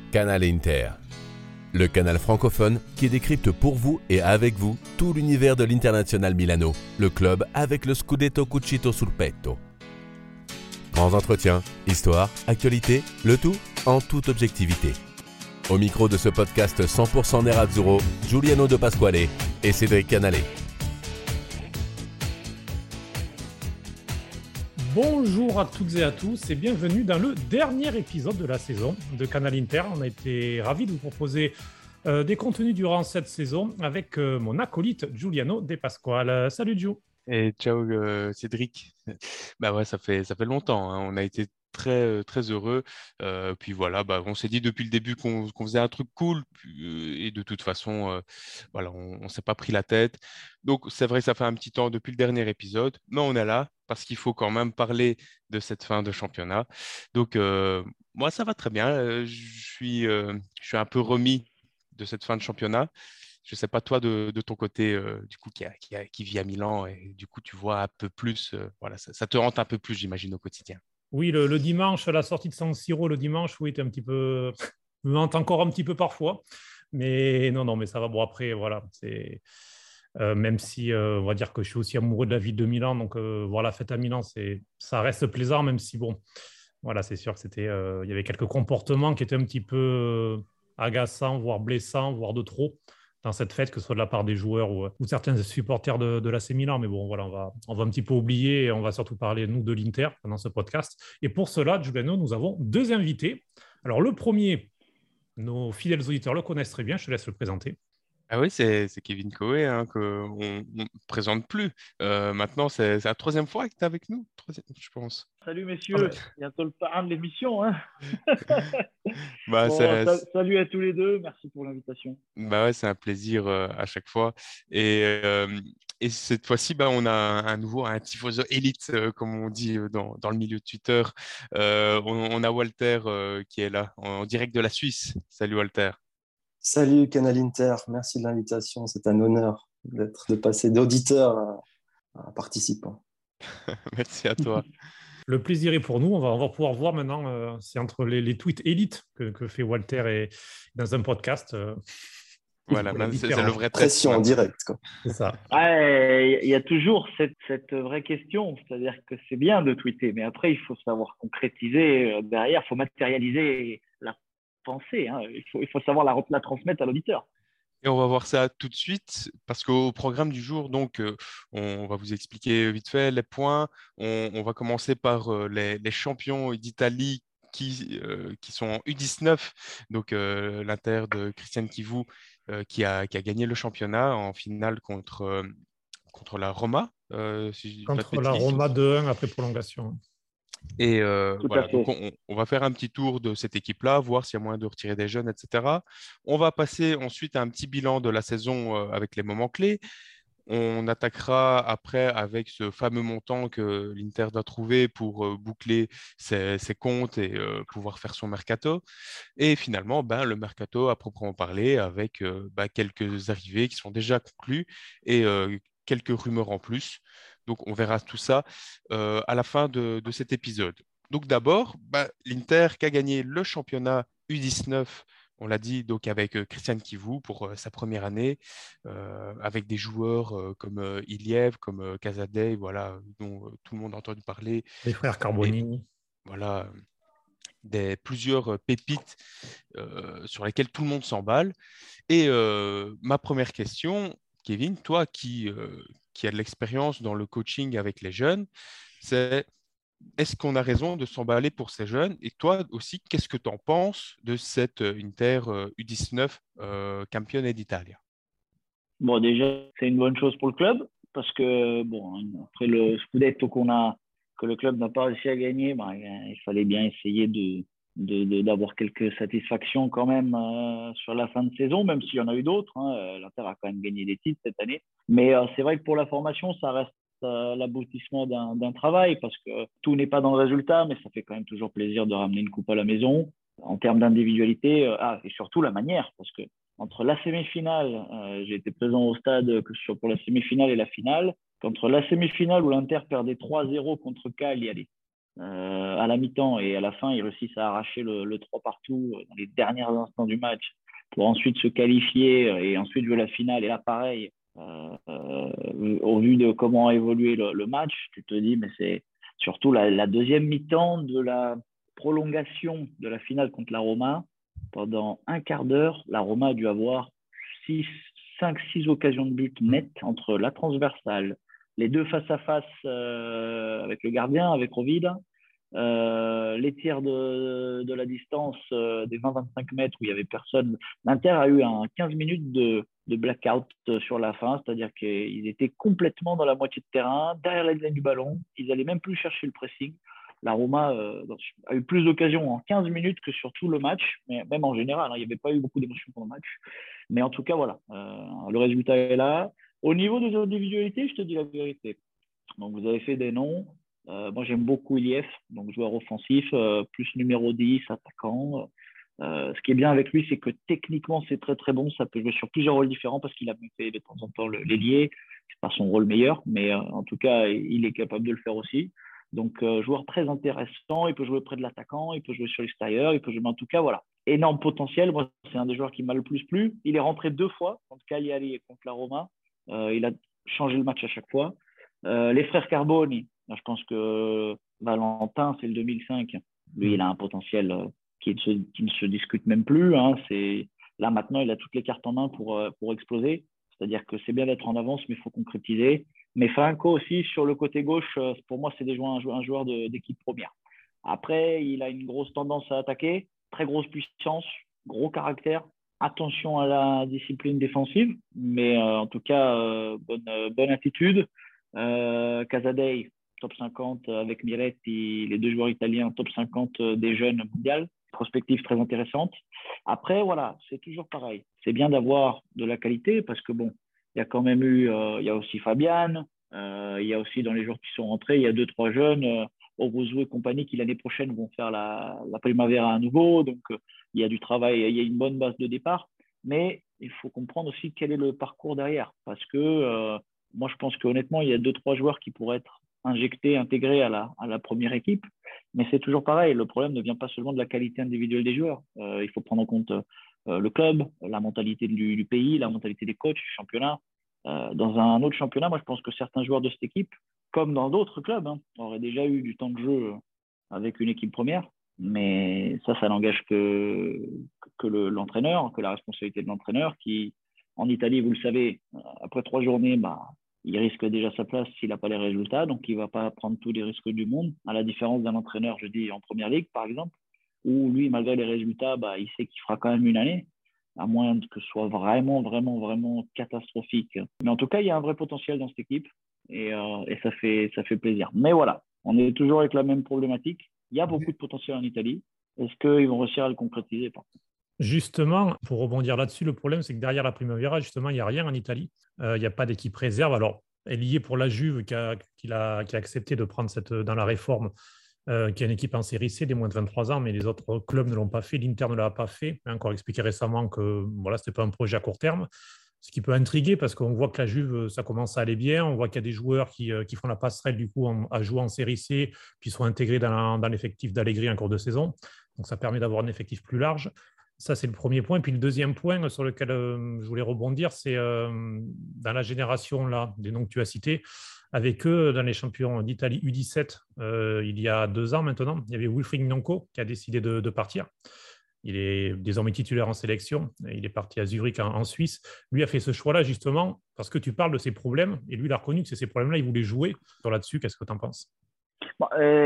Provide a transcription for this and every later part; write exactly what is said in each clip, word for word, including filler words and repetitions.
Canal Inter, le canal francophone qui décrypte pour vous et avec vous tout l'univers de l'Internazionale Milano, le club avec le Scudetto cucito sul petto. Grands entretiens, histoire, actualité, le tout en toute objectivité. Au micro de ce podcast cent pour cent Nerazzurro, Giuliano De Pasquale et Cédric Canale. Bonjour à toutes et à tous et bienvenue dans le dernier épisode de la saison de Canal Inter. On a été ravis de vous proposer euh, des contenus durant cette saison avec euh, mon acolyte Giuliano De Pasquale. Salut Giu. Et ciao euh, Cédric. Bah ouais, ça fait ça fait longtemps, hein. On a été très très heureux. Euh, puis voilà, bah on s'est dit depuis le début qu'on qu'on faisait un truc cool. Puis, euh, et de toute façon, euh, voilà, on, on s'est pas pris la tête. Donc c'est vrai que ça fait un petit temps depuis le dernier épisode, mais on est là parce qu'il faut quand même parler de cette fin de championnat. Donc euh, moi ça va très bien. Euh, Je suis euh, je suis un peu remis de cette fin de championnat. Je ne sais pas toi de, de ton côté, euh, du coup, qui, a- qui, a- qui vit à Milan et du coup, tu vois un peu plus, euh, voilà, ça, ça te hante un peu plus, j'imagine, au quotidien. Oui, le, le dimanche, la sortie de San Siro, le dimanche, oui, était un petit peu... me hante encore un petit peu parfois. Mais non, non, mais ça va. Bon, après, voilà, c'est... Euh, même si, euh, on va dire que je suis aussi amoureux de la ville de Milan. Donc, euh, voir la fête à Milan, c'est... ça reste plaisant, même si, bon, voilà, c'est sûr que c'était... euh, il y avait quelques comportements qui étaient un petit peu euh, agaçants, voire blessants, voire de trop dans cette fête, que ce soit de la part des joueurs ou, ou certains supporters de, de l'A C Milan. Mais bon, voilà, on va, on va un petit peu oublier et on va surtout parler, nous, de l'Inter pendant ce podcast. Et pour cela, Giuliano, nous avons deux invités. Alors, le premier, nos fidèles auditeurs le connaissent très bien. Je te laisse le présenter. Ah oui, c'est c'est Kevin Coé, hein, qu'on ne présente plus. Euh, maintenant, c'est c'est la troisième fois que tu es avec nous, troisième, je pense. Salut Ah ben, messieurs, bientôt le parrain de l'émission. Hein. Bah, Bon, c'est sa- salut à tous les deux, merci pour l'invitation. bah ouais, c'est un plaisir euh, à chaque fois. Et, euh, et cette fois-ci, bah, on a un, un nouveau, un tifoso élite, euh, comme on dit euh, dans, dans le milieu de Twitter. Euh, on, on a Walter euh, qui est là, en, en direct de la Suisse. Salut Walter. Salut Canal Inter, merci de l'invitation. C'est un honneur d'être, de passer d'auditeur à, à participant. Merci à toi. le plaisir est pour nous. On va, on va pouvoir voir maintenant, euh, c'est entre les, les tweets élites que, que fait Walter et dans un podcast. Euh, Voilà, la c'est c'est le différence. vrai test. Pression en direct, quoi. C'est ça. Ouais, il y a toujours cette, cette vraie question, c'est-à-dire que c'est bien de tweeter, mais après il faut savoir concrétiser euh, derrière, il faut matérialiser la pensée, hein. Il faut, il faut savoir la, la transmettre à l'auditeur. Et on va voir ça tout de suite parce qu'au programme du jour, donc, euh, on va vous expliquer vite fait les points. On, on va commencer par euh, les, les champions d'Italie qui, euh, qui sont en U dix-neuf. Donc, euh, l'Inter de Christian Chivu euh, qui a, qui a gagné le championnat en finale contre, euh, contre la Roma, euh, si je dis pas de Contre la bêtises. Roma deux un après prolongation. Et euh, Tout voilà, à fait. donc on, on va faire un petit tour de cette équipe-là, voir s'il y a moyen de retirer des jeunes, et cetera. On va passer ensuite à un petit bilan de la saison euh, avec les moments clés. On attaquera après avec ce fameux montant que l'Inter doit trouver pour euh, boucler ses, ses comptes et euh, pouvoir faire son mercato. Et finalement, ben, le mercato à proprement parler avec euh, ben, quelques arrivées qui sont déjà conclues et euh, quelques rumeurs en plus. Donc, on verra tout ça euh, à la fin de, de cet épisode. Donc, d'abord, ben, l'Inter qui a gagné le championnat U dix-neuf, on l'a dit, donc avec euh, Christian Chivu pour euh, sa première année, euh, avec des joueurs euh, comme euh, Iliev, comme euh, Casadei, voilà, dont euh, tout le monde a entendu parler. Les frères Et Carboni. voilà, des, plusieurs euh, pépites euh, sur lesquelles tout le monde s'emballe. Et euh, ma première question, Kevin, toi qui, euh, qui as de l'expérience dans le coaching avec les jeunes, c'est est-ce qu'on a raison de s'emballer pour ces jeunes? Et toi aussi, qu'est-ce que tu en penses de cette euh, Inter euh, U dix-neuf euh, Campione d'Italia? Bon, déjà, c'est une bonne chose pour le club, parce que, bon, après le Scudetto qu'on a, que le club n'a pas réussi à gagner, ben, il fallait bien essayer de, de, de- d'avoir quelques satisfactions quand même euh, sur la fin de saison, même s'il y en a eu d'autres, hein. Euh, L'Inter a quand même gagné des titres cette année. Mais euh, c'est vrai que pour la formation, ça reste euh, l'aboutissement d'un, d'un travail, parce que tout n'est pas dans le résultat, mais ça fait quand même toujours plaisir de ramener une coupe à la maison. En termes d'individualité, euh, ah, et surtout la manière, parce que entre la semi-finale, euh, j'ai été présent au stade que ce soit pour la semi-finale et la finale, qu'entre la semi-finale où l'Inter perdait trois zéro contre Cagliari euh, à la mi-temps et à la fin, ils réussissent à arracher le, le trois partout dans les derniers instants du match pour ensuite se qualifier et ensuite jouer la finale. Et là, pareil, euh, euh, au vu de comment a évolué le, le match, tu te dis, mais c'est surtout la, la deuxième mi-temps de la prolongation de la finale contre la Roma. Pendant un quart d'heure, la Roma a dû avoir six, cinq, six occasions de but nettes entre la transversale, les deux face-à-face euh, avec le gardien, avec Rovida, euh, les tirs de, de la distance euh, des vingt à vingt-cinq mètres où il n'y avait personne. L'Inter a eu un quinze minutes de, de blackout sur la fin, c'est-à-dire qu'ils étaient complètement dans la moitié de terrain, derrière la ligne du ballon, ils n'allaient même plus chercher le pressing. La Roma euh, a eu plus d'occasions en quinze minutes que sur tout le match, mais même en général, hein, il n'y avait pas eu beaucoup d'émotions pendant le match. Mais en tout cas, voilà, euh, le résultat est là. Au niveau des individualités, je te dis la vérité. Donc, vous avez fait des noms. Euh, moi, j'aime beaucoup Ilief, donc joueur offensif, euh, plus numéro dix, attaquant. Euh, ce qui est bien avec lui, c'est que techniquement, c'est très très bon. Ça peut jouer sur plusieurs rôles différents parce qu'il a fait de temps en temps l'ailier. C'est pas son rôle meilleur, mais euh, en tout cas, il est capable de le faire aussi. Donc, euh, joueur très intéressant. Il peut jouer près de l'attaquant, il peut jouer sur l'extérieur, il peut jouer. En tout cas, voilà, énorme potentiel. Moi, c'est un des joueurs qui m'a le plus plu. Il est rentré deux fois contre Cagliari et contre la Roma. Euh, il a changé le match à chaque fois. Euh, les frères Carboni, je pense que Valentin, c'est le deux mille cinq. Lui, il a un potentiel euh, qui, se, qui ne se discute même plus. Hein. C'est, là, maintenant, il a toutes les cartes en main pour, euh, pour exploser. C'est-à-dire que c'est bien d'être en avance, mais il faut concrétiser. Mais Franco aussi, sur le côté gauche, euh, pour moi, c'est des joueurs, un joueur, un joueur de, d'équipe première. Après, il a une grosse tendance à attaquer, très grosse puissance, gros caractère. Attention à la discipline défensive, mais euh, en tout cas, euh, bonne, euh, bonne attitude. Euh, Casadei, top cinquante avec Miretti, les deux joueurs italiens, top cinquante des jeunes mondiales. Prospective très intéressante. Après, voilà, c'est toujours pareil. C'est bien d'avoir de la qualité parce que, bon, il y a quand même eu, euh, il y a aussi Fabian, euh, il y a aussi dans les joueurs qui sont rentrés, il y a deux, trois jeunes, euh, Orozo et compagnie, qui l'année prochaine vont faire la, la Primavera à nouveau. Donc, euh, il y a du travail, il y a une bonne base de départ. Mais il faut comprendre aussi quel est le parcours derrière. Parce que euh, moi, je pense qu'honnêtement, il y a deux, trois joueurs qui pourraient être injectés, intégrés à la, à la première équipe. Mais c'est toujours pareil. Le problème ne vient pas seulement de la qualité individuelle des joueurs. Euh, il faut prendre en compte euh, le club, la mentalité du, du pays, la mentalité des coachs, du championnat. Euh, dans un autre championnat, moi, je pense que certains joueurs de cette équipe, comme dans d'autres clubs, hein, auraient déjà eu du temps de jeu avec une équipe première. Mais ça, ça n'engage que, que le, l'entraîneur, que la responsabilité de l'entraîneur qui, en Italie, vous le savez, après trois journées, bah, il risque déjà sa place s'il n'a pas les résultats. Donc, il ne va pas prendre tous les risques du monde, à la différence d'un entraîneur, je dis, en première ligue, par exemple, où lui, malgré les résultats, bah, il sait qu'il fera quand même une année, à moins que ce soit vraiment, vraiment, vraiment catastrophique. Mais en tout cas, il y a un vrai potentiel dans cette équipe et, euh, et ça fait, ça fait plaisir. Mais voilà, on est toujours avec la même problématique. Il y a beaucoup de potentiel en Italie. Est-ce qu'ils vont réussir à le concrétiser? Justement, pour rebondir là-dessus, le problème, c'est que derrière la Primavera, justement, il n'y a rien en Italie. Euh, il n'y a pas d'équipe réserve. Alors, elle y est pour la Juve qui a, qui a, qui a accepté de prendre cette, dans la réforme, euh, qui a une équipe en série C des moins de vingt-trois ans, mais les autres clubs ne l'ont pas fait. L'Inter ne l'a pas fait. Il a encore expliqué récemment que voilà, ce n'était pas un projet à court terme. Ce qui peut intriguer parce qu'on voit que la Juve, ça commence à aller bien. On voit qu'il y a des joueurs qui, qui font la passerelle du coup en, à jouer en série C, puis sont intégrés dans, dans l'effectif d'Allegri en cours de saison. Donc ça permet d'avoir un effectif plus large. Ça, c'est le premier point. Et puis le deuxième point sur lequel euh, je voulais rebondir, c'est euh, dans la génération là, des noms que tu as cités, avec eux, dans les champions d'Italie U dix-sept, euh, il y a deux ans maintenant, il y avait Wilfried Gnonco qui a décidé de, de partir. Il est désormais titulaire en sélection. Il est parti à Zurich en, en Suisse. Lui a fait ce choix-là justement parce que tu parles de ses problèmes et lui, il a reconnu que c'est ces problèmes-là, il voulait jouer. Sur là-dessus, qu'est-ce que tu en penses? Bon,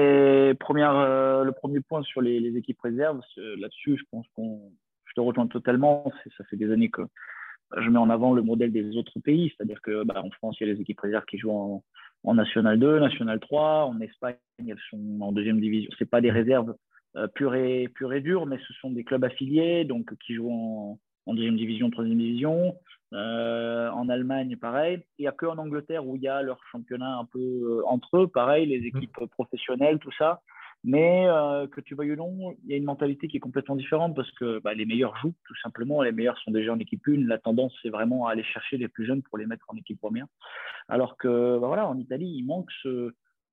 et première, euh, le premier point sur les, les équipes réserves, là-dessus, je pense qu'on, je te rejoins totalement. Ça fait des années que je mets en avant le modèle des autres pays, c'est-à-dire que bah, en France, il y a les équipes réserves qui jouent en, en National deux, National trois. En Espagne, elles sont en deuxième division. C'est pas des réserves euh, pures et pures et dures, mais ce sont des clubs affiliés, donc qui jouent en, en deuxième division, troisième division. Euh, en Allemagne, pareil. Il n'y a qu'en Angleterre où il y a leur championnat un peu euh, entre eux, pareil, les équipes mmh. professionnelles, tout ça. Mais euh, que tu veuilles ou non, il y a une mentalité qui est complètement différente parce que bah, les meilleurs jouent, tout simplement. Les meilleurs sont déjà en équipe une. La tendance, c'est vraiment à aller chercher les plus jeunes pour les mettre en équipe première. Alors que, bah, voilà, en Italie, il manque ce,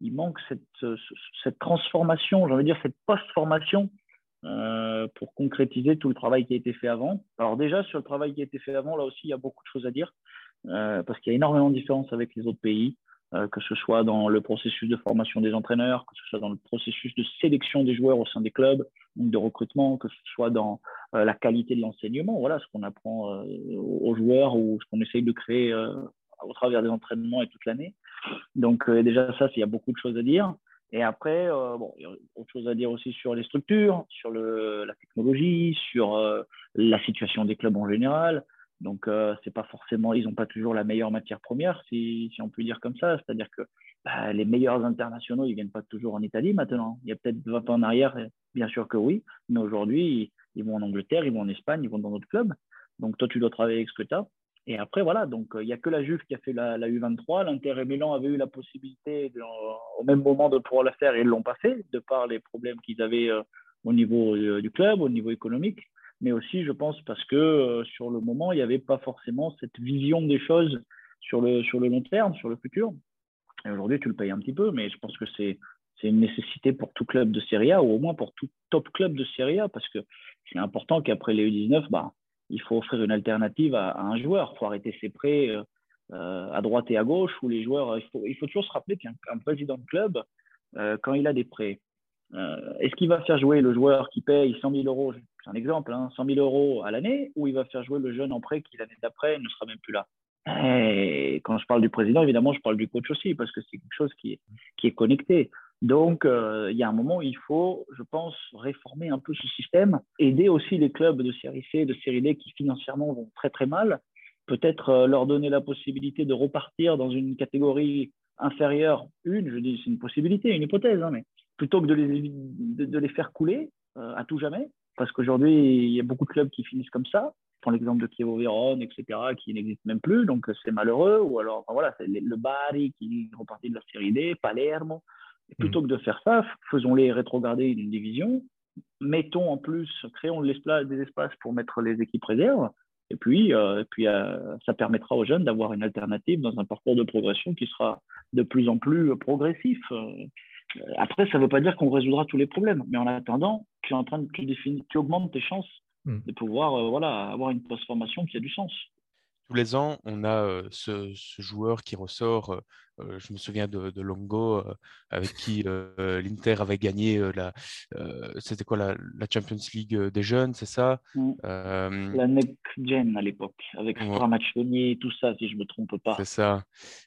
il manque cette, cette transformation, j'ai envie de dire cette post-formation euh, pour concrétiser tout le travail qui a été fait avant. Alors déjà, sur le travail qui a été fait avant, là aussi, il y a beaucoup de choses à dire euh, parce qu'il y a énormément de différences avec les autres pays, euh, que ce soit dans le processus de formation des entraîneurs, que ce soit dans le processus de sélection des joueurs au sein des clubs, donc de recrutement, que ce soit dans euh, la qualité de l'enseignement, voilà, ce qu'on apprend euh, aux joueurs ou ce qu'on essaye de créer euh, au travers des entraînements et toute l'année. Donc euh, déjà ça, il y a beaucoup de choses à dire. Et après, euh, bon, il y a autre chose à dire aussi sur les structures, sur le, la technologie, sur euh, la situation des clubs en général. Donc, euh, c'est pas forcément, ils n'ont pas toujours la meilleure matière première, si, si on peut dire comme ça. C'est-à-dire que bah, les meilleurs internationaux, ils viennent pas toujours en Italie maintenant. Il y a peut-être vingt ans en arrière, bien sûr que oui, mais aujourd'hui, ils, ils vont en Angleterre, ils vont en Espagne, ils vont dans d'autres clubs. Donc, toi, tu dois travailler avec ce que tu as. Et après, voilà, donc il euh, n'y a que la Juve qui a fait la, la U vingt-trois. L'Inter et Milan avaient eu la possibilité de, au même moment de pouvoir la faire et ils ne l'ont pas fait, de par les problèmes qu'ils avaient euh, au niveau euh, du club, au niveau économique. Mais aussi, je pense, parce que euh, sur le moment, il n'y avait pas forcément cette vision des choses sur le, sur le long terme, sur le futur. Et aujourd'hui, tu le payes un petit peu, mais je pense que c'est, c'est une nécessité pour tout club de Serie A, ou au moins pour tout top club de Serie A, parce que c'est important qu'après les U dix-neuf, bah, il faut offrir une alternative à, à un joueur. Il faut arrêter ses prêts euh, à droite et à gauche, où les joueurs, il faut, il faut toujours se rappeler qu'un un président de club, euh, quand il a des prêts, euh, est-ce qu'il va faire jouer le joueur qui paye cent mille euros, c'est un exemple, hein, cent mille euros à l'année, ou il va faire jouer le jeune en prêt qui l'année d'après ne sera même plus là? Et quand je parle du président, évidemment, je parle du coach aussi, parce que c'est quelque chose qui est, qui est connecté. Donc, euh, il y a un moment où il faut, je pense, réformer un peu ce système, aider aussi les clubs de série C, de série D qui financièrement vont très très mal, peut-être euh, leur donner la possibilité de repartir dans une catégorie inférieure, une, je dis c'est une possibilité, une hypothèse, hein, mais plutôt que de les, de, de les faire couler euh, à tout jamais, parce qu'aujourd'hui, il y a beaucoup de clubs qui finissent comme ça. Je prends l'exemple de Chievo Vérone, et cetera, qui n'existe même plus, donc c'est malheureux. Ou alors, enfin, voilà, c'est le Bari qui est reparti de la série D, Palermo. Et plutôt mmh. que de faire ça, faisons-les rétrograder d'une division, mettons en plus, créons des espaces pour mettre les équipes réserves, et puis, euh, et puis euh, ça permettra aux jeunes d'avoir une alternative dans un parcours de progression qui sera de plus en plus progressif. Après, ça ne veut pas dire qu'on résoudra tous les problèmes, mais en attendant, tu es en train de tu définis, tu augmentes tes chances mmh. de pouvoir euh, voilà, avoir une post-formation qui a du sens. Tous les ans, on a euh, ce, ce joueur qui ressort. Euh, je me souviens de, de Longo, euh, avec qui euh, l'Inter avait gagné euh, la. Euh, c'était quoi la, la Champions League des jeunes, c'est ça mmh. euh, La Next Gen à l'époque, avec ouais. Stramaccioni et tout ça, si je ne me trompe pas. C'est ça.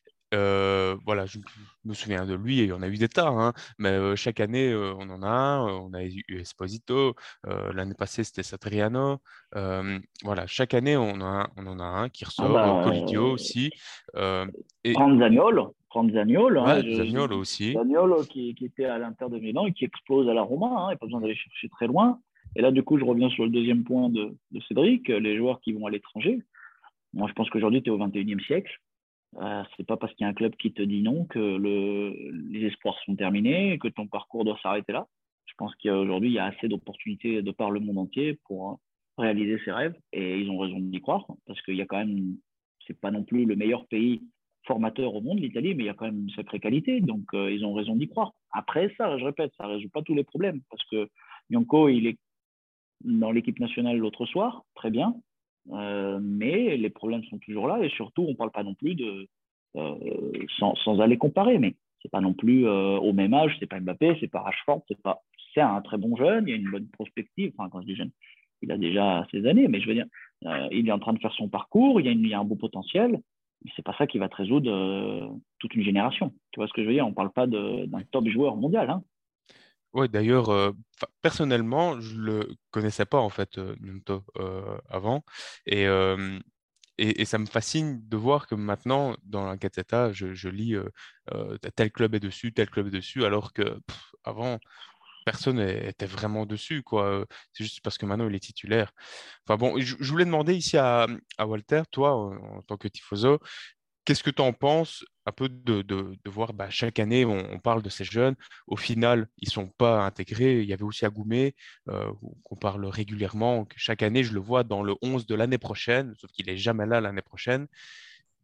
Euh, voilà, je me souviens de lui, et il y en a eu des tas, hein, mais euh, chaque année, euh, on en a un. On a eu Esposito, euh, l'année passée, c'était Satriano. Euh, voilà, chaque année, on, a, on en a un qui ressort, ah bah, euh, Colidio aussi. Euh, et... Zaniolo, Zaniolo, ouais, hein, Zaniolo aussi. Zaniolo qui, qui était à l'Inter de Milan et qui explose à la Roma, hein, il n'y a pas besoin d'aller chercher très loin. Et là, du coup, je reviens sur le deuxième point de, de Cédric, les joueurs qui vont à l'étranger. Moi, je pense qu'aujourd'hui, tu es au vingt et unième siècle. Euh, c'est pas parce qu'il y a un club qui te dit non que le, les espoirs sont terminés et que ton parcours doit s'arrêter là. Je pense qu'aujourd'hui, il y a assez d'opportunités de par le monde entier pour euh, réaliser ses rêves et ils ont raison d'y croire parce qu'il y a quand même, c'est pas non plus le meilleur pays formateur au monde, l'Italie, mais il y a quand même une sacrée qualité, donc euh, ils ont raison d'y croire. Après ça, je répète, ça ne résout pas tous les problèmes parce que Bianco, il est dans l'équipe nationale l'autre soir, très bien. Euh, mais les problèmes sont toujours là et surtout on ne parle pas non plus de euh, sans, sans aller comparer, mais c'est pas non plus euh, au même âge, c'est pas Mbappé, c'est pas Rashford, c'est pas c'est un très bon jeune, il y a une bonne prospective, enfin quand je dis jeune, il a déjà ses années, mais je veux dire euh, il est en train de faire son parcours, il y a, une, il y a un beau potentiel, mais c'est pas ça qui va te résoudre euh, toute une génération. Tu vois ce que je veux dire? On parle pas de, d'un top joueur mondial, hein. Ouais, d'ailleurs, euh, personnellement, je le connaissais pas en fait, euh, Gnonto, euh, avant, et, euh, et, et ça me fascine de voir que maintenant, dans la Gazzetta, je, je lis euh, euh, tel club est dessus, tel club est dessus, alors que pff, avant, personne était vraiment dessus, quoi. C'est juste parce que maintenant il est titulaire. Enfin bon, je, je voulais demander ici à, à Walter, toi, en, en tant que tifoso, qu'est-ce que tu en penses un peu de, de, de voir bah, chaque année, on, on parle de ces jeunes, au final, ils ne sont pas intégrés. Il y avait aussi Agoumé, euh, qu'on parle régulièrement, que chaque année, je le vois dans le onze de l'année prochaine, sauf qu'il n'est jamais là l'année prochaine.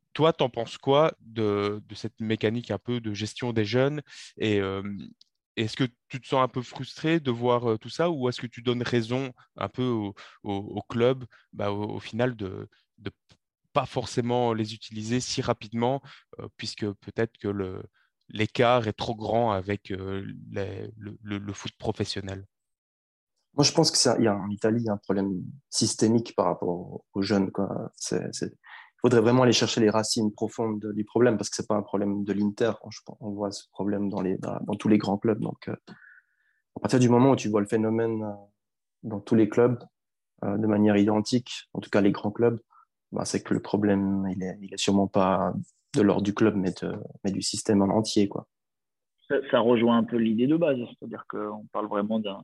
toi, t'en penses quoi de, de cette mécanique un peu de gestion des jeunes et euh, est-ce que tu te sens un peu frustré de voir euh, tout ça ou est-ce que tu donnes raison un peu au, au, au club bah, au, au final de ne pas forcément les utiliser si rapidement euh, puisque peut-être que le, l'écart est trop grand avec euh, les- le, le- le foot professionnel? Moi, je pense que ça, il y a en Italie, il y a un problème systémique par rapport aux, aux jeunes, quoi. C'est, c'est... Il faudrait vraiment aller chercher les racines profondes de- du problème parce que c'est pas un problème de l'Inter. Je pense- On voit ce problème dans les, dans, dans tous les grands clubs. Donc, euh, à partir du moment où tu vois le phénomène euh, dans tous les clubs euh, de manière identique, en tout cas les grands clubs, bah, c'est que le problème, il est, il est sûrement pas de l'ordre du club, mais, de, mais du système en entier, quoi. Ça, ça rejoint un peu l'idée de base, c'est-à-dire qu'on parle vraiment d'un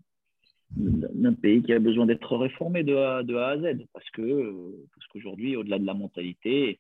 d'un pays qui a besoin d'être réformé de A, de A à Z, parce que parce qu'aujourd'hui, au-delà de la mentalité,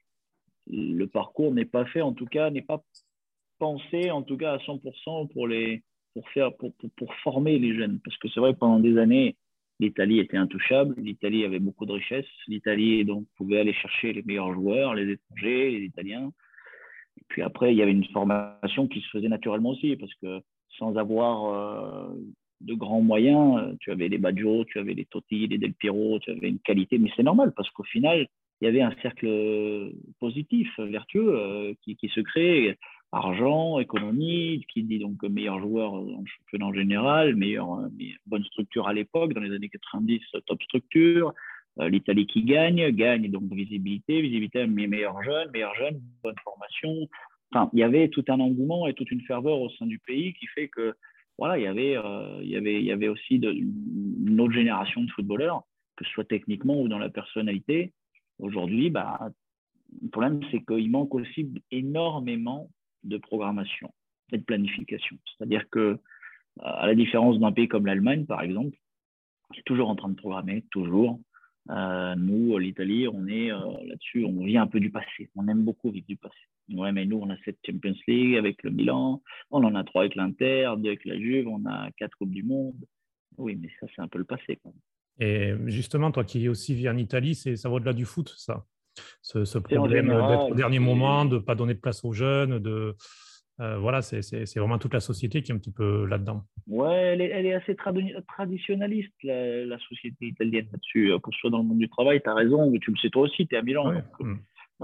le parcours n'est pas fait, en tout cas, n'est pas pensé, en tout cas, à cent pour cent pour les pour faire pour, pour, pour former les jeunes, parce que c'est vrai que pendant des années, l'Italie était intouchable, l'Italie avait beaucoup de richesses, l'Italie donc pouvait aller chercher les meilleurs joueurs, les étrangers, les Italiens. Et puis après, il y avait une formation qui se faisait naturellement aussi, parce que sans avoir euh, de grands moyens, euh, tu avais les Baggio, tu avais les Totti, les Del Piero, tu avais une qualité, mais c'est normal, parce qu'au final, il y avait un cercle positif, vertueux, euh, qui, qui se crée. Argent, économie, qui dit donc meilleur joueur en championnat en général, meilleure, meilleure, bonne structure à l'époque, dans les années quatre-vingt-dix, top structure. Euh, L'Italie qui gagne, gagne donc visibilité, visibilité, mais meilleurs jeunes, meilleurs jeunes, bonne formation. Enfin, il y avait tout un engouement et toute une ferveur au sein du pays qui fait que, voilà, il y avait, euh, il y avait, il y avait aussi de, une autre génération de footballeurs, que ce soit techniquement ou dans la personnalité. Aujourd'hui, bah, le problème, c'est qu'il manque aussi énormément de programmation et de planification. C'est-à-dire que, à la différence d'un pays comme l'Allemagne, par exemple, qui est toujours en train de programmer, toujours. Euh, nous, l'Italie, on est euh, là-dessus, on vient un peu du passé. On aime beaucoup vivre du passé. Ouais, mais nous, on a sept Champions League avec le Milan, on en a trois avec l'Inter, deux avec la Juve, on a quatre Coupes du Monde. Oui, mais ça, c'est un peu le passé, quoi. Et justement, toi qui aussi vis en Italie, c'est, ça va au-delà du foot, ça. Ce, ce C'est en problème d'être au général, dernier moment, de c'est ne pas donner de place aux jeunes, de, euh, voilà, c'est, c'est, c'est vraiment toute la société qui est un petit peu là-dedans. ouais, elle est, elle est assez tradi- traditionnaliste, la, la société italienne là-dessus. Pour soi, dans le monde du travail, tu as raison, mais tu le sais toi aussi, tu es à Milan. Ouais. Donc, Mm.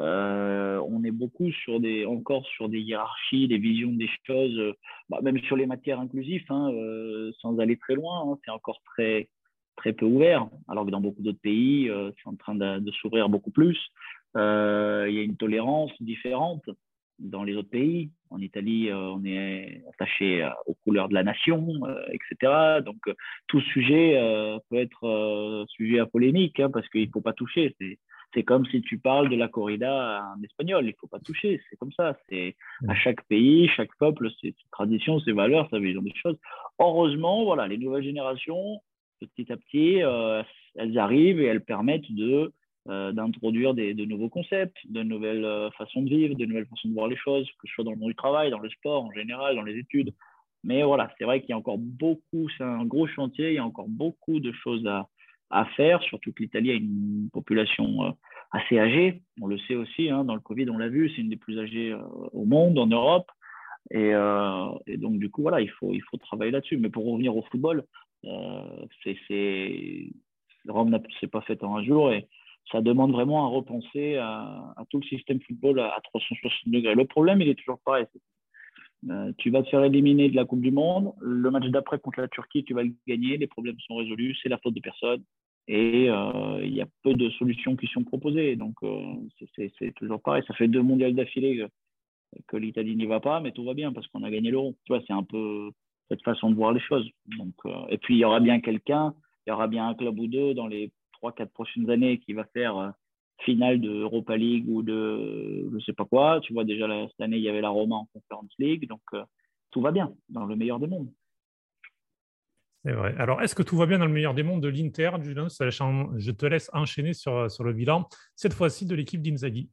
euh, on est beaucoup sur des, encore sur des hiérarchies, des visions des choses, euh, bah, même sur les matières inclusives, hein, euh, sans aller très loin, hein, c'est encore très, très peu ouvert, alors que dans beaucoup d'autres pays, euh, c'est en train de, de s'ouvrir beaucoup plus. Euh, Il y a une tolérance différente dans les autres pays. En Italie, euh, on est attaché euh, aux couleurs de la nation, euh, et cetera. Donc, euh, tout sujet euh, peut être euh, sujet à polémique, hein, parce qu'il ne faut pas toucher. C'est, c'est comme si tu parles de la corrida en espagnol, il ne faut pas toucher. C'est comme ça. C'est à Mm. chaque pays, chaque peuple, ses, ses traditions, ses valeurs, sa vision des choses. Heureusement, voilà, les nouvelles générations, petit à petit, euh, elles arrivent et elles permettent de euh, d'introduire des, de nouveaux concepts, de nouvelles euh, façons de vivre, de nouvelles façons de voir les choses, que ce soit dans le monde du travail, dans le sport en général, dans les études. Mais voilà, c'est vrai qu'il y a encore beaucoup, c'est un gros chantier, il y a encore beaucoup de choses à, à faire, surtout que l'Italie a une population euh, assez âgée. On le sait aussi, hein, dans le Covid, on l'a vu, c'est une des plus âgées euh, au monde, en Europe. Et, euh, et, donc, du coup, voilà, il faut, il faut travailler là-dessus. Mais pour revenir au football, euh, c'est, c'est... Rome ne s'est pas fait en un jour et ça demande vraiment à repenser à, à tout le système football à, à trois cent soixante degrés. Le problème, il est toujours pareil. Euh, tu vas te faire éliminer de la Coupe du Monde. Le match d'après contre la Turquie, tu vas le gagner. Les problèmes sont résolus. C'est la faute de personne. Et euh, il y a peu de solutions qui sont proposées. Donc, euh, c'est, c'est, c'est toujours pareil. Ça fait deux mondiales d'affilée que, que l'Italie n'y va pas, mais tout va bien parce qu'on a gagné l'Euro. Tu vois, c'est un peu cette façon de voir les choses. Donc, euh, et puis, il y aura bien quelqu'un, il y aura bien un club ou deux dans les trois, quatre prochaines années qui va faire euh, finale de Europa League ou de je sais pas quoi. Tu vois, déjà là, cette année, il y avait la Roma en Conference League. Donc, euh, tout va bien dans le meilleur des mondes. C'est vrai. Alors, est-ce que tout va bien dans le meilleur des mondes de l'Inter, Julien? Je te laisse enchaîner sur, sur le bilan, cette fois-ci de l'équipe d'Inzaghi.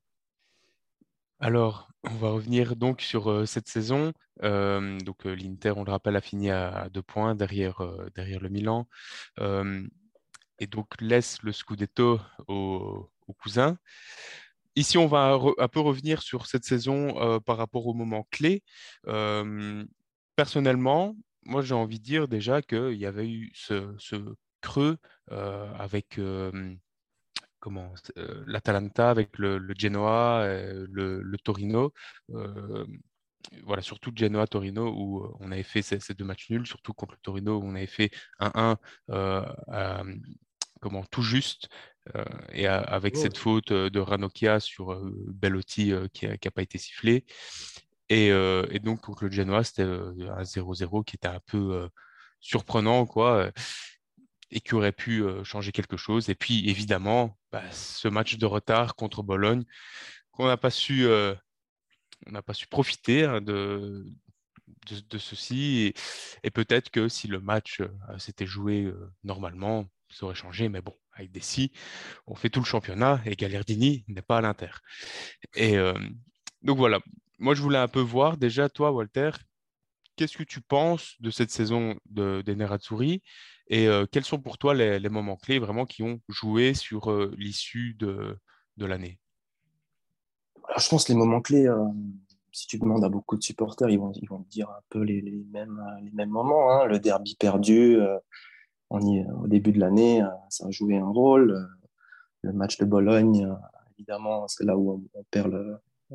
Alors, on va revenir donc sur euh, cette saison. Euh, donc, euh, l'Inter, on le rappelle, a fini à, à deux points derrière, euh, derrière le Milan. Euh, et donc, laisse le Scudetto aux au cousins. ici, on va re- un peu revenir sur cette saison euh, par rapport au moment clé. Euh, Personnellement, moi, j'ai envie de dire déjà qu'il y avait eu ce, ce creux euh, avec euh, comment, euh, l'Atalanta, avec le, le Genoa, euh, le, le Torino. Euh, voilà, surtout Genoa-Torino où euh, on avait fait ces, ces deux matchs nuls, surtout contre le Torino où on avait fait un un euh, à- comment, tout juste euh, et à- avec Oh. cette faute euh, de Ranocchia sur euh, Bellotti euh, qui n'a pas été sifflée. Et, euh, et donc contre le Genoa, c'était euh, un zéro zéro qui était un peu euh, surprenant, quoi, euh, et qui aurait pu euh, changer quelque chose. Et puis évidemment, bah, ce match de retard contre Bologne qu'on n'a pas su euh, on n'a pas su profiter hein, de, de, de ceci. Et, et peut-être que si le match euh, s'était joué euh, normalement, ça aurait changé. Mais bon, avec des si, on fait tout le championnat et Gagliardini n'est pas à l'Inter. Et euh, donc voilà, moi je voulais un peu voir déjà, toi, Walter, qu'est-ce que tu penses de cette saison de, des Nerazzurri et euh, quels sont pour toi les, les moments clés vraiment qui ont joué sur euh, l'issue de, de l'année? Alors, je pense que les moments clés, euh, si tu demandes à beaucoup de supporters, ils vont, ils vont te dire un peu les, les mêmes, euh, les mêmes moments, hein. Le derby perdu euh, on y- au début de l'année, euh, ça a joué un rôle. Euh, Le match de Bologne, euh, évidemment, c'est là où on, on perd le,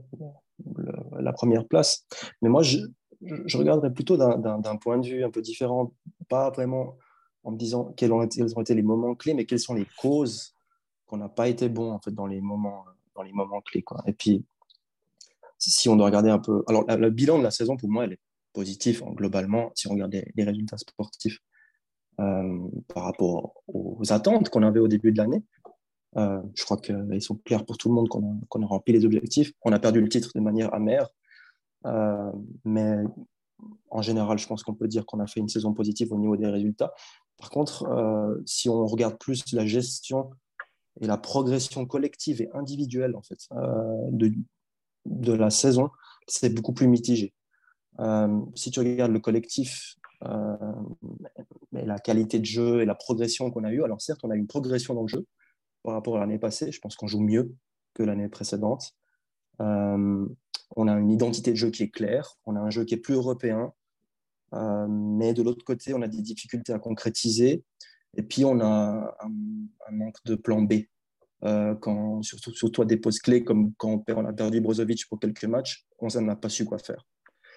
le- la première place. Mais moi, je, je regarderais plutôt d'un d'un- d'un point de vue un peu différent, pas vraiment en me disant quels ont été, quels ont été les moments clés, mais quelles sont les causes qu'on n'a pas été bon en fait dans les moments, dans les moments clés, quoi. Et puis, si on doit regarder un peu, alors la- le bilan de la saison pour moi, elle est positif hein, globalement si on regarde les, les résultats sportifs euh, par rapport aux attentes qu'on avait au début de l'année. Euh, je crois qu'ils sont clairs pour tout le monde qu'on a, qu'on a rempli les objectifs. On a perdu le titre de manière amère, euh, mais en général, je pense qu'on peut dire qu'on a fait une saison positive au niveau des résultats. Par contre, euh, si on regarde plus la gestion et la progression collective et individuelle en fait euh, de, de la saison, c'est beaucoup plus mitigé. Euh, si tu regardes le collectif, euh, et la qualité de jeu et la progression qu'on a eue, alors certes, on a eu une progression dans le jeu par rapport à l'année passée. Je pense qu'on joue mieux que l'année précédente. Euh, on a une identité de jeu qui est claire, on a un jeu qui est plus européen, euh, mais de l'autre côté, on a des difficultés à concrétiser. Et puis, on a un, un manque de plan B. Euh, quand, surtout, surtout à des postes clés, comme quand on, perd, on a perdu Brozovic pour quelques matchs, on n'a pas su quoi faire.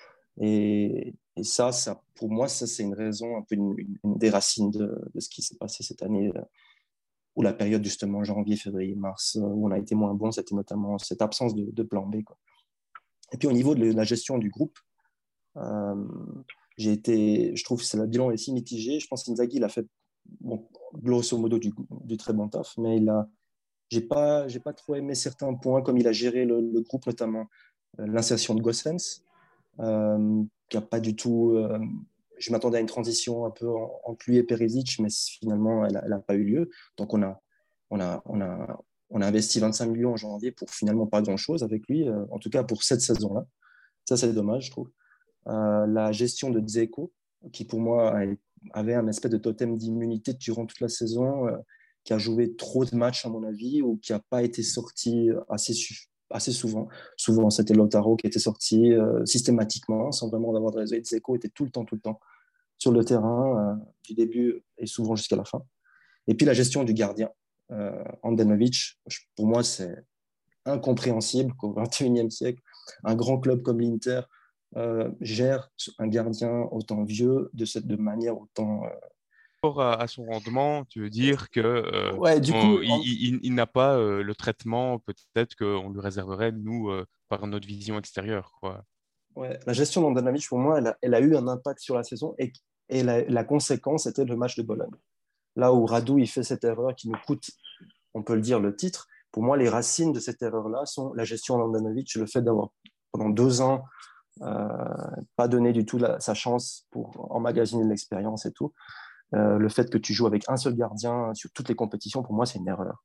Et, et ça, ça, pour moi, ça, c'est une raison, un peu une, une, une des racines de, de ce qui s'est passé cette année, où la période justement janvier, février, mars, où on a été moins bon, c'était notamment cette absence de, de plan B, quoi. Et puis au niveau de la gestion du groupe, euh, j'ai été, je trouve que le bilan est si mitigé. Je pense qu'Inzaghi, il a fait, bon, grosso modo, du, du très bon taf, mais il a, j'ai pas, j'ai pas trop aimé certains points, comme il a géré le, le groupe, notamment euh, l'insertion de Gossens, euh, qui a pas du tout. Euh, je m'attendais à une transition un peu entre lui et Perisic, mais finalement, elle n'a pas eu lieu. Donc, on a, on a, on a, on a investi vingt-cinq millions en janvier pour finalement pas grand-chose avec lui, euh, en tout cas pour cette saison-là. Ça, c'est dommage, je trouve. Euh, la gestion de Dzeko, qui pour moi avait un espèce de totem d'immunité durant toute la saison, euh, qui a joué trop de matchs, à mon avis, ou qui n'a pas été sorti assez, assez souvent. Souvent, c'était Lautaro qui était sorti euh, systématiquement, sans vraiment avoir de raison. Et Dzeko était tout le temps, tout le temps sur le terrain, euh, du début et souvent jusqu'à la fin. Et puis la gestion du gardien, euh, Andanovic, pour moi, c'est incompréhensible qu'au vingt et unième siècle, un grand club comme l'Inter euh, gère un gardien autant vieux de cette de manière autant. Euh... Rapport à, à son rendement, tu veux dire que euh, Ouais, du coup, on- il, en... il- il n'a pas euh, le traitement peut-être qu'on lui réserverait, nous, euh, par notre vision extérieure, quoi. ouais, la gestion d'Andanovic, pour moi, elle a, elle a eu un impact sur la saison et, et la, la conséquence était le match de Bologne. Là où Radu il fait cette erreur qui nous coûte, on peut le dire, le titre. Pour moi, les racines de cette erreur-là sont la gestion d'Andanovic, le fait d'avoir pendant deux ans euh, pas donné du tout la, sa chance pour emmagasiner de l'expérience et tout. Euh, le fait que tu joues avec un seul gardien sur toutes les compétitions, pour moi, c'est une erreur.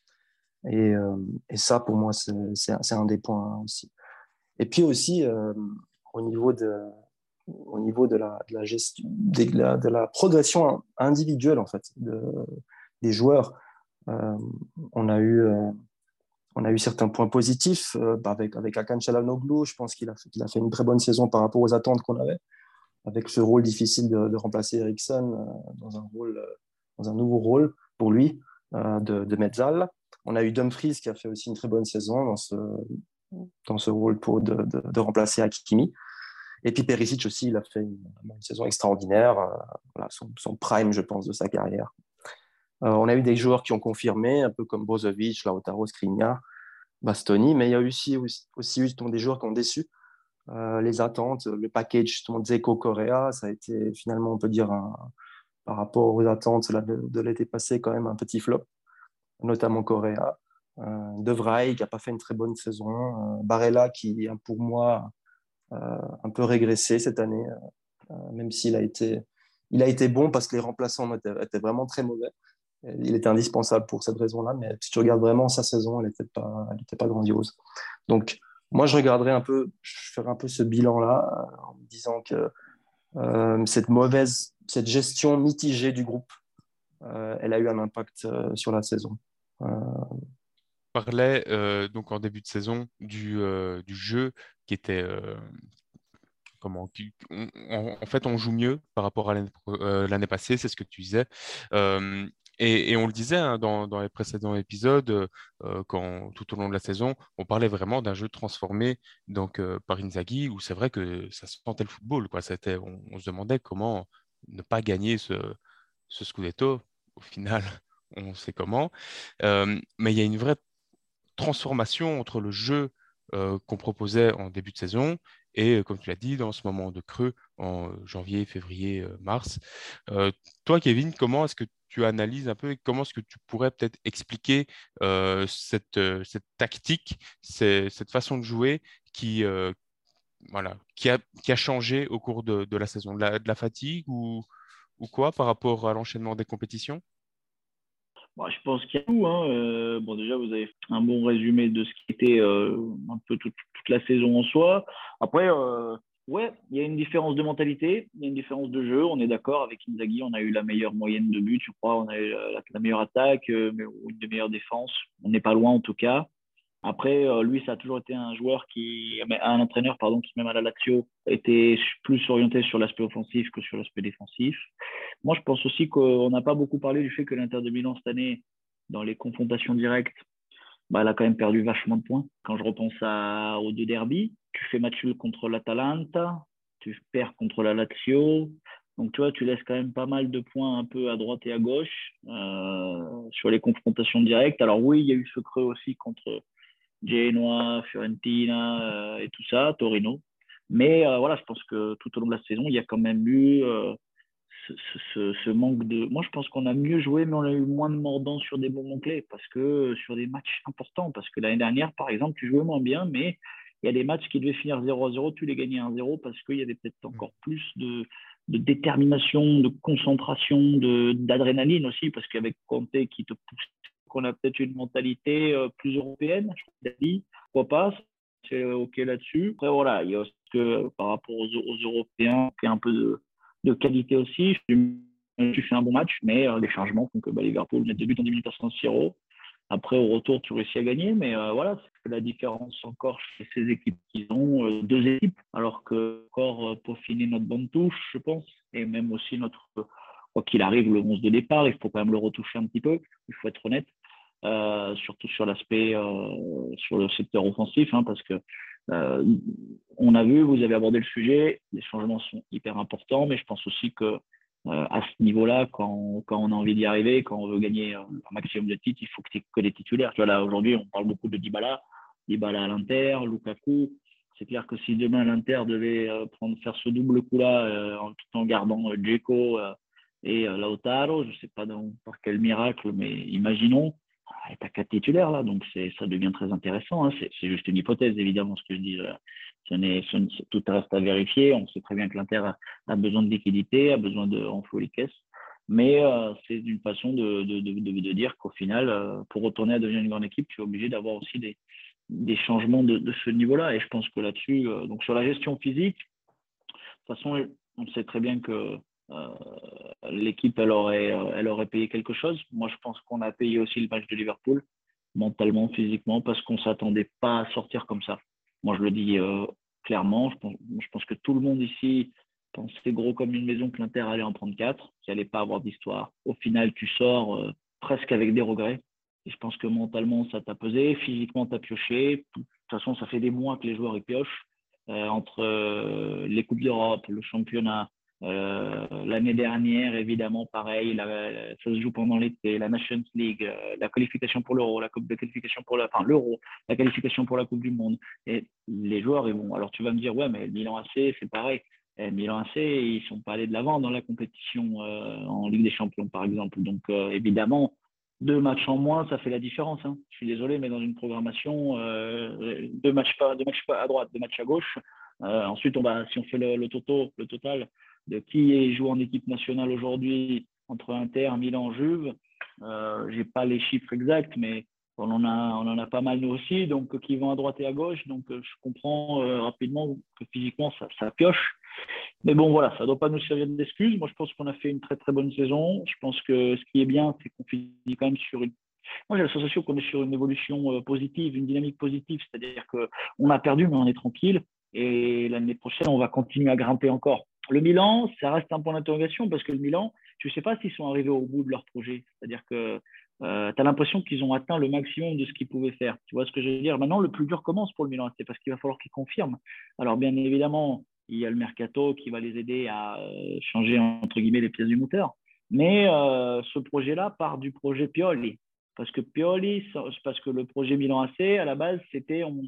Et, euh, et ça, pour moi, c'est, c'est, c'est un des points aussi. Et puis aussi, euh, au niveau de, au niveau de la, de la gestion, de la, de la progression individuelle, en fait, de, des joueurs, euh, on a eu, euh, on a eu certains points positifs euh, avec, avec Hakan Çalhanoğlu. Je pense qu'il a, fait, qu'il a fait une très bonne saison par rapport aux attentes qu'on avait, avec ce rôle difficile de, de remplacer Eriksen euh, dans, un rôle, euh, dans un nouveau rôle pour lui euh, de, de Mezzal. On a eu Dumfries qui a fait aussi une très bonne saison dans ce, dans ce rôle pour de, de, de remplacer Hakimi. Et puis Perisic aussi, il a fait une, une saison extraordinaire, euh, voilà, son, son prime, je pense, de sa carrière. Euh, on a eu des joueurs qui ont confirmé, un peu comme Brozovic, Lautaro, Skriniar, Bastoni, mais il y a aussi, aussi, aussi eu des joueurs qui ont déçu. Euh, les attentes, le package justement Dzeko Correa, ça a été finalement, on peut dire, un, par rapport aux attentes là, de, de l'été passé, quand même un petit flop, notamment Correa. Euh, De Vrij qui n'a pas fait une très bonne saison. Euh, Barella qui, pour moi, euh, un peu régressé cette année, euh, même s'il a été, il a été bon parce que les remplaçants étaient, étaient vraiment très mauvais. Il était indispensable pour cette raison-là, mais si tu regardes vraiment sa saison, elle n'était pas, elle était pas grandiose. Donc, moi, je regarderais un peu, je ferais un peu ce bilan-là euh, en me disant que euh, cette mauvaise, cette gestion mitigée du groupe, euh, elle a eu un impact euh, sur la saison. Euh, On parlait euh, donc en début de saison du, euh, du jeu qui était euh, comment qui- on- on- en fait on joue mieux par rapport à l'année pro- euh, l'année passée, c'est ce que tu disais. Euh, et, et on le disait hein, dans, dans les précédents épisodes, euh, euh, quand tout au long de la saison, on parlait vraiment d'un jeu transformé donc euh, par Inzaghi où c'est vrai que ça sentait le football quoi. C'était, on, on se demandait comment ne pas gagner ce, ce Scudetto. Au final, on sait comment. Euh, mais il y a une vraie transformation entre le jeu euh, qu'on proposait en début de saison et, euh, comme tu l'as dit, dans ce moment de creux en janvier, février, euh, mars. Euh, Toi, Kevin, comment est-ce que tu analyses un peu et comment est-ce que tu pourrais peut-être expliquer euh, cette, euh, cette tactique, c'est- cette façon de jouer qui, euh, voilà, qui a, qui a changé au cours de, de la saison? De la, de la fatigue ou, ou quoi par rapport à l'enchaînement des compétitions? Bon, je pense qu'il y a tout. Hein. Euh, bon, déjà, vous avez fait un bon résumé de ce qui était euh, un peu toute, toute la saison en soi. Après, euh, ouais, il y a une différence de mentalité, il y a une différence de jeu. On est d'accord avec Inzaghi, on a eu la meilleure moyenne de buts, je crois. On a eu la, la meilleure attaque, euh, mais, ou une des meilleures défenses. On n'est pas loin en tout cas. Après, euh, lui, ça a toujours été un joueur qui, un entraîneur, pardon, qui même à la Lazio était plus orienté sur l'aspect offensif que sur l'aspect défensif. Moi, je pense aussi qu'on n'a pas beaucoup parlé du fait que l'Inter de Milan cette année, dans les confrontations directes, bah, elle a quand même perdu vachement de points. Quand je repense à, aux deux derbies, tu fais match nul contre l'Atalanta, tu perds contre la Lazio. Donc, tu vois, tu laisses quand même pas mal de points un peu à droite et à gauche euh, sur les confrontations directes. Alors oui, il y a eu ce creux aussi contre Genoa, Fiorentina euh, et tout ça, Torino. Mais euh, voilà, je pense que tout au long de la saison, il y a quand même eu euh, ce, ce, ce, manque de. Moi, je pense qu'on a mieux joué, mais on a eu moins de mordants sur des moments clés, parce que sur des matchs importants. Parce que l'année dernière, par exemple, tu jouais moins bien, mais il y a des matchs qui devaient finir zéro à zéro, tu les gagnais un zéro parce qu'il y avait peut-être encore plus de, de détermination, de concentration, de, d'adrénaline aussi, parce qu'avec Conte qui te pousse, qu'on a peut-être une mentalité euh, plus européenne, je crois qu'il a dit, pourquoi pas, c'est OK là-dessus. Après, voilà, il y a aussi que euh, par rapport aux, aux Européens, il y a un peu de de qualité aussi. Tu fais un bon match, mais euh, les changements font que bah, Liverpool met deux buts en dix minutes à San Siro. Après, au retour, tu réussis à gagner, mais euh, voilà, c'est la différence encore chez ces équipes qui ont euh, deux équipes, alors que encore euh, peaufiner notre bonne touche, je pense, et même aussi notre, euh, quoi qu'il arrive, le onze de départ, il faut quand même le retoucher un petit peu, il faut être honnête, euh, surtout sur l'aspect, euh, sur le secteur offensif, hein, parce que euh, on a vu, vous avez abordé le sujet, les changements sont hyper importants, mais je pense aussi que euh, à ce niveau-là, quand, quand on a envie d'y arriver, quand on veut gagner un maximum de titres, il faut que tu aies que des titulaires. Tu vois, là, aujourd'hui, on parle beaucoup de Dybala, Dybala à l'Inter, Lukaku. C'est clair que si demain l'Inter devait euh, prendre, faire ce double coup-là, euh, en, tout en gardant euh, Dzeko euh, et euh, Lautaro, je ne sais pas dans, par quel miracle, mais imaginons, ah, tu as quatre titulaires là, donc ça devient très intéressant. Hein. C'est juste une hypothèse, évidemment, ce que je dis. Là. Ce ce tout reste à vérifier. On sait très bien que l'Inter a, a besoin de liquidité, a besoin de renflouer les caisses. Mais euh, c'est une façon de, de, de, de, de dire qu'au final, euh, pour retourner à devenir une grande équipe, tu es obligé d'avoir aussi des, des changements de, de ce niveau-là. Et je pense que là-dessus, euh, donc sur la gestion physique, de toute façon, on sait très bien que euh, l'équipe, elle aurait, elle aurait payé quelque chose. Moi, je pense qu'on a payé aussi le match de Liverpool. mentalement, physiquement, parce qu'on ne s'attendait pas à sortir comme ça. Moi, je le dis euh, clairement, je pense, je pense que tout le monde ici pensait gros comme une maison que l'Inter allait en prendre quatre, qu'il n'allait pas avoir d'histoire. Au final, tu sors euh, presque avec des regrets. Et je pense que mentalement, ça t'a pesé, physiquement, tu as pioché. De toute façon, ça fait des mois que les joueurs y piochent. Euh, entre euh, les Coupes d'Europe, le championnat, euh, l'année dernière, évidemment, pareil, la, ça se joue pendant l'été, la Nations League, euh, la qualification pour l'Euro, la Coupe de qualification pour la, enfin, l'Euro, la qualification pour la Coupe du Monde. Et les joueurs, ils vont. Alors, tu vas me dire, ouais, mais le Milan A C, c'est pareil. Et le Milan A C, ils ne sont pas allés de l'avant dans la compétition euh, en Ligue des Champions, par exemple. Donc, euh, évidemment, deux matchs en moins, ça fait la différence. Hein. Je suis désolé, mais dans une programmation, euh, deux matchs pas, deux matchs pas à droite, deux matchs à gauche. Euh, ensuite, on va, si on fait le, le, toto, le total de qui joue en équipe nationale aujourd'hui entre Inter, Milan, Juve, euh, j'ai pas les chiffres exacts, mais on en a, on en a pas mal nous aussi, donc qui vont à droite et à gauche. Donc, je comprends euh, rapidement que physiquement, ça, ça pioche. Mais bon, voilà, ça ne doit pas nous servir d'excuse. Moi, je pense qu'on a fait une très, très bonne saison. Je pense que ce qui est bien, c'est qu'on finit quand même sur une. Moi, j'ai la sensation qu'on est sur une évolution positive, une dynamique positive. C'est-à-dire qu'on a perdu, mais on est tranquille. Et l'année prochaine, on va continuer à grimper encore. Le Milan, ça reste un point d'interrogation parce que le Milan, tu ne sais pas s'ils sont arrivés au bout de leur projet. C'est-à-dire que euh, tu as l'impression qu'ils ont atteint le maximum de ce qu'ils pouvaient faire. Tu vois ce que je veux dire? Maintenant, le plus dur commence pour le Milan. C'est parce qu'il va falloir qu'ils confirment. Alors, bien évidemment, il y a le mercato qui va les aider à euh, changer, entre guillemets, les pièces du moteur. Mais euh, ce projet-là part du projet Pioli. Parce que Pioli, parce que le projet Milan A C, à la base, c'était on,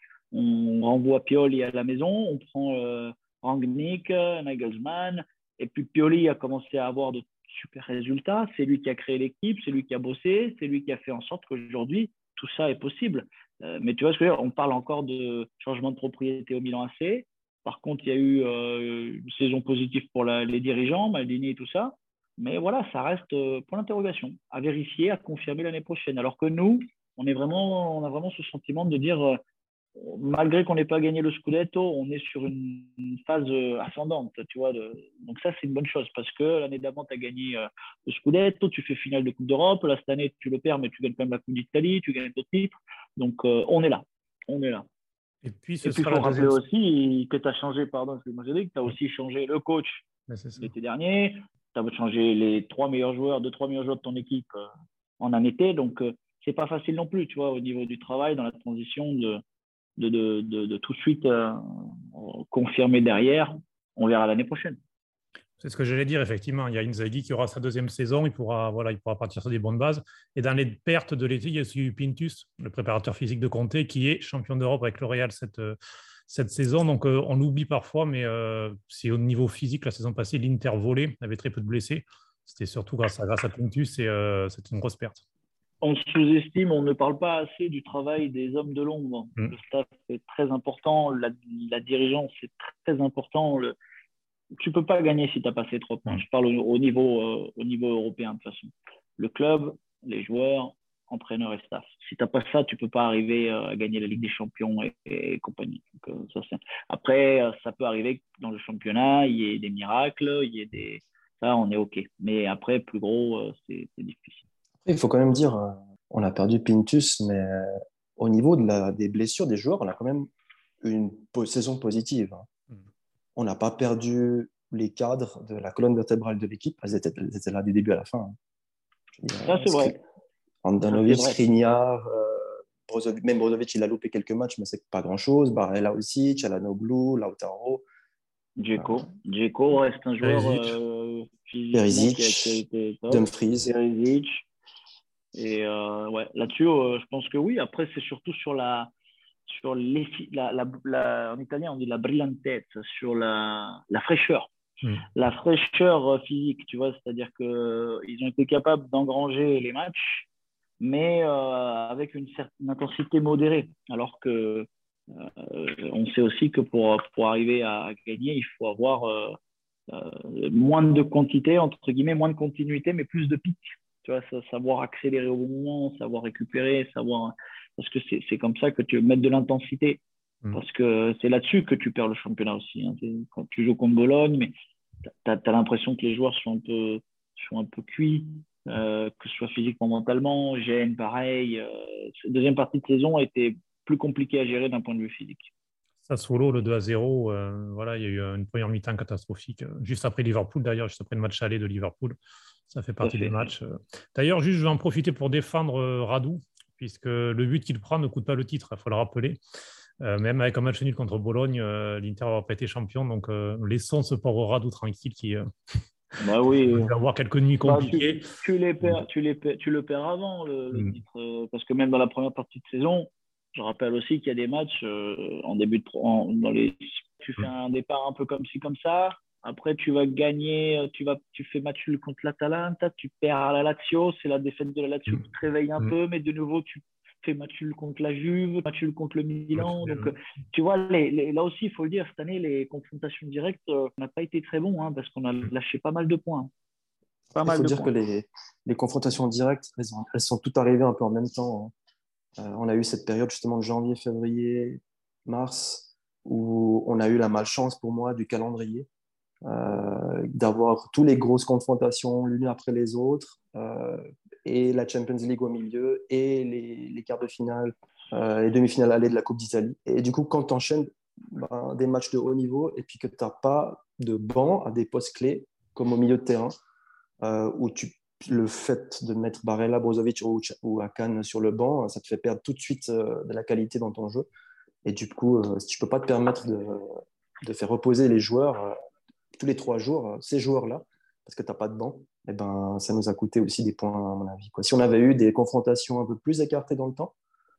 on renvoie Pioli à la maison, on prend euh, Rangnick, Nagelsmann, et puis Pioli a commencé à avoir de super résultats. C'est lui qui a créé l'équipe, c'est lui qui a bossé, c'est lui qui a fait en sorte qu'aujourd'hui, tout ça est possible. Euh, mais tu vois ce que je veux dire? On parle encore de changement de propriété au Milan A C. Par contre, il y a eu euh, une saison positive pour la, les dirigeants, Maldini et tout ça. Mais voilà, ça reste euh, pour l'interrogation, à vérifier, à confirmer l'année prochaine. Alors que nous, on, est vraiment, on a vraiment ce sentiment de dire, euh, malgré qu'on n'ait pas gagné le Scudetto, on est sur une, une phase euh, ascendante. Tu vois, de... Donc ça, c'est une bonne chose parce que l'année d'avant, tu as gagné euh, le Scudetto, tu fais finale de Coupe d'Europe. Là, cette année, tu le perds, mais tu gagnes quand même la Coupe d'Italie, tu gagnes d'autres titres. Donc, euh, on est là. On est là. Et puis, ce Et puis, il sera faut la rappeler deuxième. aussi que tu as changé, pardon, excuse-moi, j'ai dit que tu as aussi changé le coach l'été dernier. Tu as changé les trois meilleurs joueurs, deux, trois meilleurs joueurs de ton équipe euh, en un été. Donc, euh, c'est pas facile non plus, tu vois, au niveau du travail, dans la transition, de, de, de, de, de tout de suite euh, confirmer derrière. On verra l'année prochaine. C'est ce que j'allais dire, effectivement. Il y a Inzaghi qui aura sa deuxième saison. Il pourra, voilà, il pourra partir sur des bonnes bases. Et dans les pertes de l'été, il y a aussi Pintus, le préparateur physique de Conte, qui est champion d'Europe avec le Real cette, cette saison. Donc, euh, on l'oublie parfois, mais euh, c'est au niveau physique. La saison passée, l'Inter volait, avait très peu de blessés. C'était surtout grâce à, grâce à Pintus et euh, c'est une grosse perte. On sous-estime, on ne parle pas assez du travail des hommes de l'ombre. Mm. Le staff est très important, la, la dirigeance c'est très important. Le... Tu ne peux pas gagner si tu n'as pas ces trois points. Mm. Je parle au, au, niveau, euh, au niveau européen de toute façon. Le club, les joueurs, entraîneurs et staff. Si tu n'as pas ça, tu ne peux pas arriver euh, à gagner la Ligue des Champions et, et, et compagnie. Donc, euh, ça, c'est... Après, euh, ça peut arriver que dans le championnat, il y ait des miracles, il y ait des... ça, on est OK. Mais après, plus gros, euh, c'est, c'est difficile. Il faut quand même dire, on a perdu Pintus, mais au niveau de la, des blessures des joueurs, on a quand même une po- saison positive. Mm. On n'a pas perdu les cadres de la colonne vertébrale de l'équipe, elles étaient, elles étaient là du début à la fin. Dire, ça, c'est Skri- vrai. Andanovic, Skriniar, euh, Brozovic, même Brozovic, il a loupé quelques matchs, mais c'est pas grand-chose. Barella aussi, Çalhanoğlu, Lautaro. Dzeko. Euh, Dzeko reste un joueur euh, Perisic, qui a, qui a été top. Dumfries. Perisic. Et euh, ouais, là-dessus, euh, je pense que oui. Après, c'est surtout sur la, sur les, la, la, la, en italien, on dit la brillantezza, sur la, la fraîcheur, mm. la fraîcheur physique, tu vois, c'est-à-dire que ils ont été capables d'engranger les matchs, mais euh, avec une certaine intensité modérée. Alors que euh, on sait aussi que pour pour arriver à gagner, il faut avoir euh, euh, moins de quantité, entre guillemets, moins de continuité, mais plus de pics. Tu vois, savoir accélérer au bon moment, savoir récupérer, savoir... Parce que c'est, c'est comme ça que tu veux mettre de l'intensité. Mmh. Parce que c'est là-dessus que tu perds le championnat aussi. Hein. C'est quand tu joues contre Bologne, mais tu as l'impression que les joueurs sont un peu, sont un peu cuits. euh, que ce soit physiquement, mentalement. Gênes, pareil. Euh, deuxième partie de saison a été plus compliquée à gérer d'un point de vue physique. Sassuolo, le deux à zéro, euh, voilà, il y a eu une première mi-temps catastrophique, euh, juste après Liverpool d'ailleurs, juste après le match aller de Liverpool. Ça fait partie fait. des matchs. euh. D'ailleurs, juste, je vais en profiter pour défendre euh, Radou, puisque le but qu'il prend ne coûte pas le titre, il faut le rappeler. Euh, même avec un match nul contre Bologne, euh, l'Inter n'aura pas été champion, donc euh, laissons ce pauvre Radou tranquille qui euh, Bah oui. va avoir quelques nuits Bah, compliquées. tu, tu, les perds, tu, les perds, tu le perds avant, le, le Mm. titre, euh, parce que même dans la première partie de saison, je rappelle aussi qu'il y a des matchs euh, en début de pro, en, dans les, tu fais un départ un peu comme ci comme ça. Après, tu vas gagner, tu vas, tu fais match nul contre l'Atalanta, tu perds à la Lazio, c'est la défaite de la Lazio qui te réveille un Mm. peu, mais de nouveau, tu fais match nul contre la Juve, match nul contre le Milan. Ouais, Donc, euh, tu vois, les, les, là aussi, il faut le dire, cette année, les confrontations directes, euh, on n'a pas été très bon, hein, parce qu'on a lâché pas mal de points. Pas Il mal faut de dire points. que les, les confrontations directes, elles, ont, elles sont toutes arrivées un peu en même temps. Euh, on a eu cette période justement de janvier, février, mars, où on a eu la malchance pour moi du calendrier, euh, d'avoir toutes les grosses confrontations l'une après les autres, euh, et la Champions League au milieu, et les, les quarts de finale, euh, les demi-finales allées de la Coupe d'Italie. Et du coup, quand tu enchaînes ben, des matchs de haut niveau, et puis que tu n'as pas de banc à des postes clés, comme au milieu de terrain, euh, où tu, le fait de mettre Barella, Brozovic ou, ou Akan sur le banc, ça te fait perdre tout de suite euh, de la qualité dans ton jeu. Et du coup, euh, si tu ne peux pas te permettre de, de faire reposer les joueurs euh, tous les trois jours, euh, ces joueurs-là, parce que tu n'as pas de banc, eh ben, ça nous a coûté aussi des points, à mon avis, quoi. Si on avait eu des confrontations un peu plus écartées dans le temps,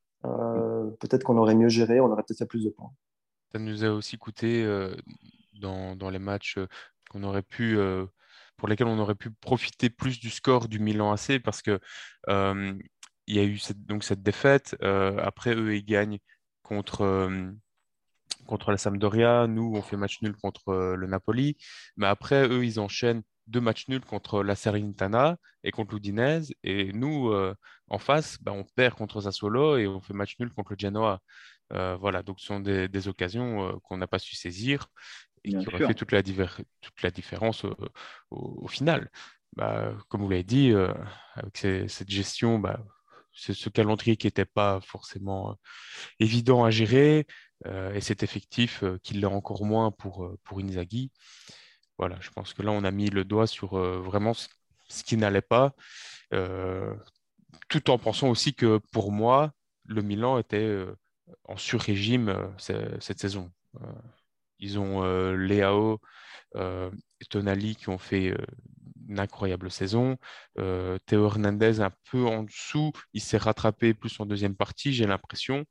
euh, peut-être qu'on aurait mieux géré, on aurait peut-être fait plus de points. Ça nous a aussi coûté euh, dans, dans les matchs euh, qu'on aurait pu, euh, pour lesquels on aurait pu profiter plus du score du Milan A C parce que euh, il y a eu cette, donc cette défaite. Euh, après, eux, ils gagnent contre, euh, contre la Sampdoria. Nous, on fait match nul contre euh, le Napoli. Mais après, eux, ils enchaînent deux matchs nuls contre la Salernitana et contre l'Udinese. Et nous, euh, en face, bah, on perd contre Sassuolo et on fait match nul contre le Genoa. Euh, voilà, donc ce sont des, des occasions euh, qu'on n'a pas su saisir et Bien qui auraient sûr. fait toute la, diver- toute la différence euh, au, au final. Bah, comme vous l'avez dit, euh, avec ces- cette gestion, bah, c'est ce calendrier qui n'était pas forcément euh, évident à gérer euh, et cet effectif euh, qui l'est encore moins pour, euh, pour Inzaghi. Voilà, je pense que là, on a mis le doigt sur euh, vraiment ce, ce qui n'allait pas, euh, tout en pensant aussi que pour moi, le Milan était euh, en sur-régime euh, ce- cette saison. Euh, ils ont euh, Leao euh, et Tonali qui ont fait euh, une incroyable saison. Euh, Théo Hernandez un peu en dessous, il s'est rattrapé plus en deuxième partie, j'ai l'impression.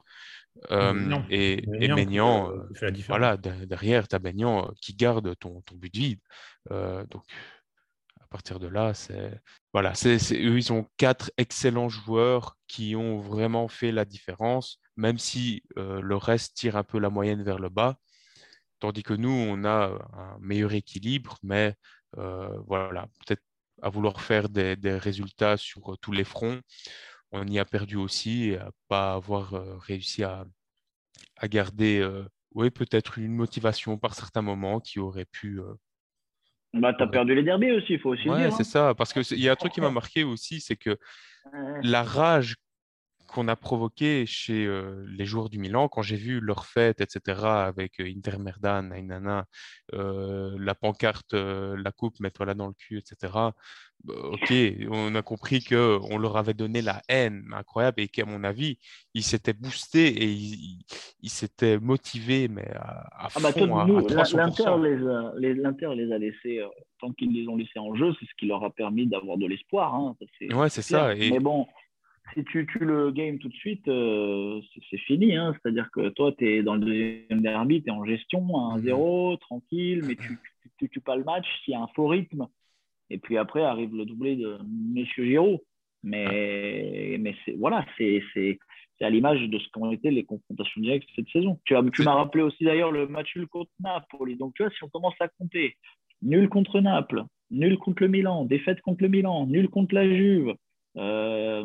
Euh, Maignan, et, et Maignan qui, Maignan, euh, euh, qui fait la différence. voilà, de- derrière, tu as Maignan euh, qui garde ton, ton but vide. Euh, donc, à partir de là, c'est voilà, c'est, c'est- eux, ils ont quatre excellents joueurs qui ont vraiment fait la différence, même si euh, le reste tire un peu la moyenne vers le bas. Tandis que nous, on a un meilleur équilibre, mais euh, voilà, peut-être à vouloir faire des, des résultats sur tous les fronts, on y a perdu aussi et à pas avoir euh, réussi à, à garder, euh, oui, peut-être une motivation par certains moments qui aurait pu. euh, Bah, tu as aurait- perdu les derbies aussi, il faut aussi le Ouais, dire. c'est Hein. ça. Parce que c'est- il y a un truc qui m'a marqué aussi, c'est que Euh, la rage qu'on a provoqué chez euh, les joueurs du Milan, quand j'ai vu leur fête, et cetera, avec euh, Inter Merda, Nainana, euh, la pancarte, euh, la coupe, mettre-la dans le cul, et cetera. Bah, ok, on a compris que on leur avait donné la haine incroyable et qu'à mon avis, ils s'étaient boostés et ils ils- ils s'étaient motivés, mais à, à Ah bah toi, fond, à, à nous, l'In- l'Inter trois cents pour cent. les a, les, l'Inter les a laissés, euh, tant qu'ils les ont laissés en jeu, c'est ce qui leur a permis d'avoir de l'espoir, hein, ça, c'est Ouais, c'est c'est clair. ça. Mais Et bon, si tu tues le game tout de suite, euh, c'est c'est fini. Hein. C'est-à-dire que toi, tu es dans le deuxième derby, tu es en gestion, à un Mhm. zéro, tranquille, mais tu ne tues pas le match, s'il y a un faux rythme. Et puis après arrive le doublé de Monsieur Giroud. Ouais. Mais, mais c'est, voilà, c'est, c'est, c'est à l'image de ce qu'ont été les confrontations directes cette saison. Tu, as, tu C'est- m'as rappelé aussi d'ailleurs le match nul contre Naples. Donc tu vois, si on commence à compter, nul contre Naples, nul contre le Milan, défaite contre le Milan, nul contre la Juve, euh,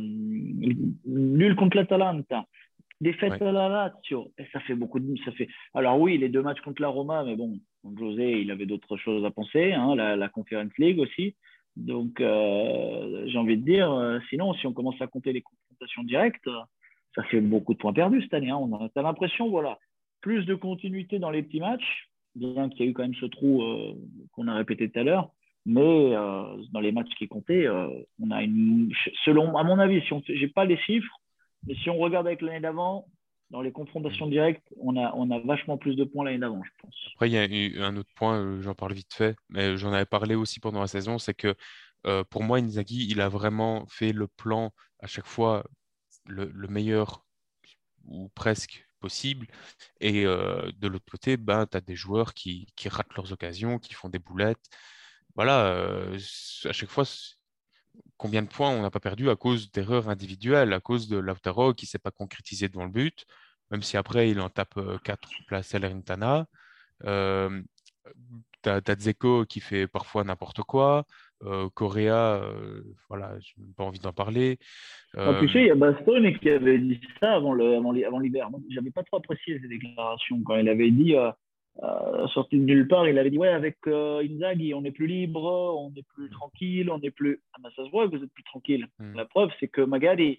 nul contre l'Atalanta, défaite ouais. à la Lazio, et ça fait beaucoup de. Ça fait... Alors oui, les deux matchs contre la Roma, mais bon, José, il avait d'autres choses à penser, hein, la, la Conference League aussi. Donc, euh, j'ai envie de dire, euh, sinon, si on commence à compter les confrontations directes, euh, ça fait beaucoup de points perdus cette année. Hein. On a, t'as l'impression, voilà, plus de continuité dans les petits matchs, bien qu'il y a eu quand même ce trou euh, qu'on a répété tout à l'heure. Mais euh, dans les matchs qui comptaient, euh, on a une, selon, à mon avis, si on, j'ai pas les chiffres, mais si on regarde avec l'année d'avant, dans les confrontations directes, on a, on a vachement plus de points l'année d'avant, je pense. Après, il y a eu un autre point, euh, j'en parle vite fait, mais j'en avais parlé aussi pendant la saison, c'est que euh, pour moi, Inzaghi, il a vraiment fait le plan à chaque fois le, le meilleur ou presque possible. Et euh, de l'autre côté, ben, tu as des joueurs qui, qui ratent leurs occasions, qui font des boulettes. Voilà, euh, à chaque fois, combien de points on n'a pas perdu à cause d'erreurs individuelles, à cause de Lautaro qui ne s'est pas concrétisé devant le but, même si après il en tape euh, quatre place Salernitana. Euh, t'as, t'as Dzeko qui fait parfois n'importe quoi. Euh, Correa, euh, voilà, je n'ai pas envie d'en parler. Ah, tu sais, Euh, il y a Bastone qui avait dit ça avant, le, avant, l'hi- avant l'hiver. Moi, j'avais pas trop apprécié ses déclarations quand il avait dit, euh, euh, sorti de nulle part, il avait dit ouais, avec euh, Inzaghi, on est plus libre, on est plus tranquille, on est plus. Ah ben, ça se voit que vous êtes plus tranquille. hmm, La preuve, c'est que Magadi,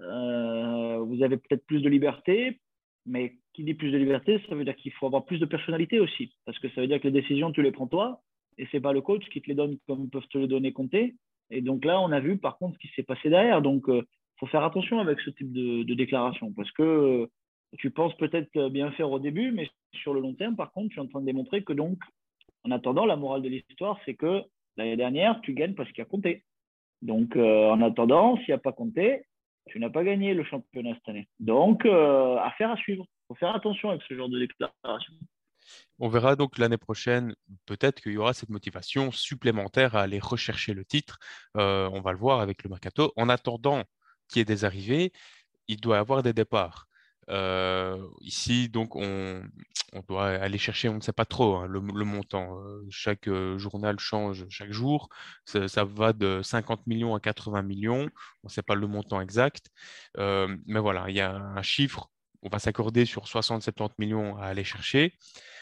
euh, vous avez peut-être plus de liberté, mais qui dit plus de liberté, ça veut dire qu'il faut avoir plus de personnalité aussi, parce que ça veut dire que les décisions, tu les prends toi, et c'est pas le coach qui te les donne comme peuvent te les donner Conte. Et donc là, on a vu par contre ce qui s'est passé derrière. Donc euh, faut faire attention avec ce type de, de déclaration parce que euh, tu penses peut-être bien faire au début, mais sur le long terme, par contre, tu es en train de démontrer que donc, en attendant, la morale de l'histoire, c'est que l'année dernière, tu gagnes parce qu'il y a compté. Donc, euh, en attendant, s'il n'y a pas compté, tu n'as pas gagné le championnat cette année. Donc, euh, affaire à suivre. Il faut faire attention avec ce genre de déclaration. on verra donc l'année prochaine, peut-être qu'il y aura cette motivation supplémentaire à aller rechercher le titre. Euh, on va le voir avec le mercato. En attendant qu'il y ait des arrivées, il doit y avoir des départs. Euh, ici, donc, on, on doit aller chercher, on ne sait pas trop hein, le, le montant. Euh, chaque euh, journal change chaque jour. Ça, ça va de cinquante millions à quatre-vingts millions. On ne sait pas le montant exact. Euh, mais voilà, il y a un chiffre. On va s'accorder sur soixante à soixante-dix millions à aller chercher.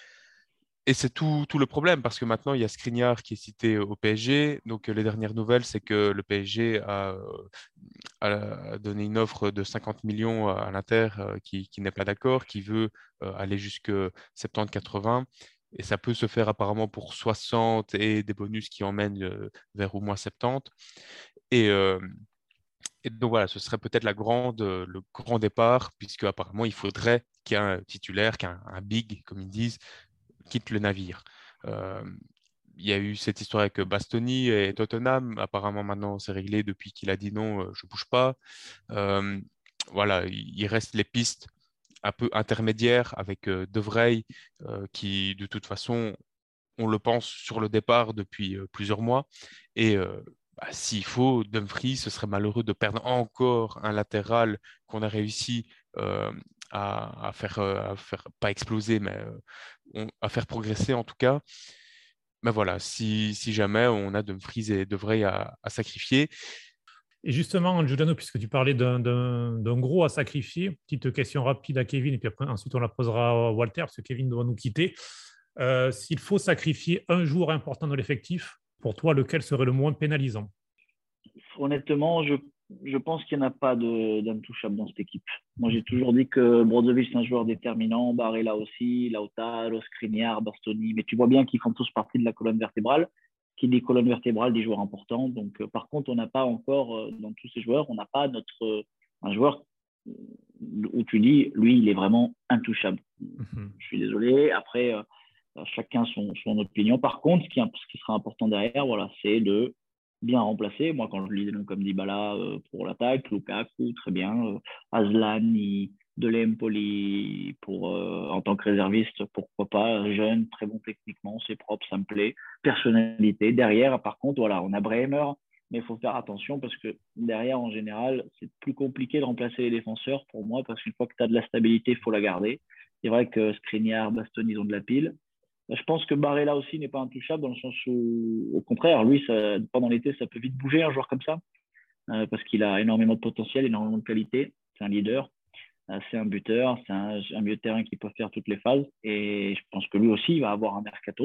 Et c'est tout, tout le problème parce que maintenant, il y a Skriniar qui est cité au P S G. Donc, euh, les dernières nouvelles, c'est que le P S G a, euh, a donné une offre de cinquante millions à l'Inter euh, qui, qui n'est pas d'accord, qui veut euh, aller jusque soixante-dix quatre-vingts. Et ça peut se faire apparemment pour soixante et des bonus qui emmènent euh, vers au moins soixante-dix. Et, euh, et donc voilà, ce serait peut-être la grande, euh, le grand départ, puisque apparemment il faudrait qu'un titulaire, qu'un un big, comme ils disent, quitte le navire. Euh, il y a eu cette histoire avec Bastoni et Tottenham. Apparemment, maintenant, c'est réglé depuis qu'il a dit non, euh, je ne bouge pas. Euh, voilà, il reste les pistes un peu intermédiaires avec euh, De Vrij, euh, qui, de toute façon, on le pense sur le départ depuis euh, plusieurs mois. Et euh, bah, s'il faut, Dumfries, ce serait malheureux de perdre encore un latéral qu'on a réussi euh, à, à, faire, euh, à faire, pas exploser, mais euh, on, à faire progresser en tout cas. Mais voilà, si, si jamais on a Dumfries et De Vrij à, à sacrifier. Et justement, Giuliano, puisque tu parlais d'un, d'un, d'un gros à sacrifier, petite question rapide à Kevin, et puis après, ensuite on la posera à Walter, parce que Kevin doit nous quitter. Euh, s'il faut sacrifier un joueur important de l'effectif, pour toi, lequel serait le moins pénalisant? Honnêtement, je, je pense qu'il n'y en a pas de, d'intouchable dans cette équipe. Moi, j'ai toujours dit que Brozovic, c'est un joueur déterminant, Barella aussi, Lautaro, Skriniar, Bastoni, mais tu vois bien qu'ils font tous partie de la colonne vertébrale. Qui dit colonne vertébrale, des joueurs importants. Donc, euh, par contre, on n'a pas encore, euh, dans tous ces joueurs, on n'a pas notre, euh, un joueur où tu dis, lui, il est vraiment intouchable. Mm-hmm. Je suis désolé. Après, euh, chacun son, son opinion. Par contre, ce qui, ce qui sera important derrière, voilà, c'est de bien remplacer. Moi, quand je lis des noms comme Dybala euh, pour l'attaque, Lukaku, très bien. Euh, Asllani, de l'Empoli pour, euh, en tant que réserviste, pourquoi pas, jeune, très bon techniquement, c'est propre, ça me plaît, personnalité. Derrière, par contre, voilà, on a Bremer, mais il faut faire attention parce que derrière, en général, c'est plus compliqué de remplacer les défenseurs pour moi parce qu'une fois que tu as de la stabilité, il faut la garder. C'est vrai que Skriniar, Bastoni, ils ont de la pile. Je pense que Barella aussi n'est pas intouchable dans le sens où, au contraire, lui, ça, pendant l'été, ça peut vite bouger un joueur comme ça euh, parce qu'il a énormément de potentiel, énormément de qualité. C'est un leader. C'est un buteur, c'est un, un milieu de terrain qui peut faire toutes les phases et je pense que lui aussi il va avoir un mercato.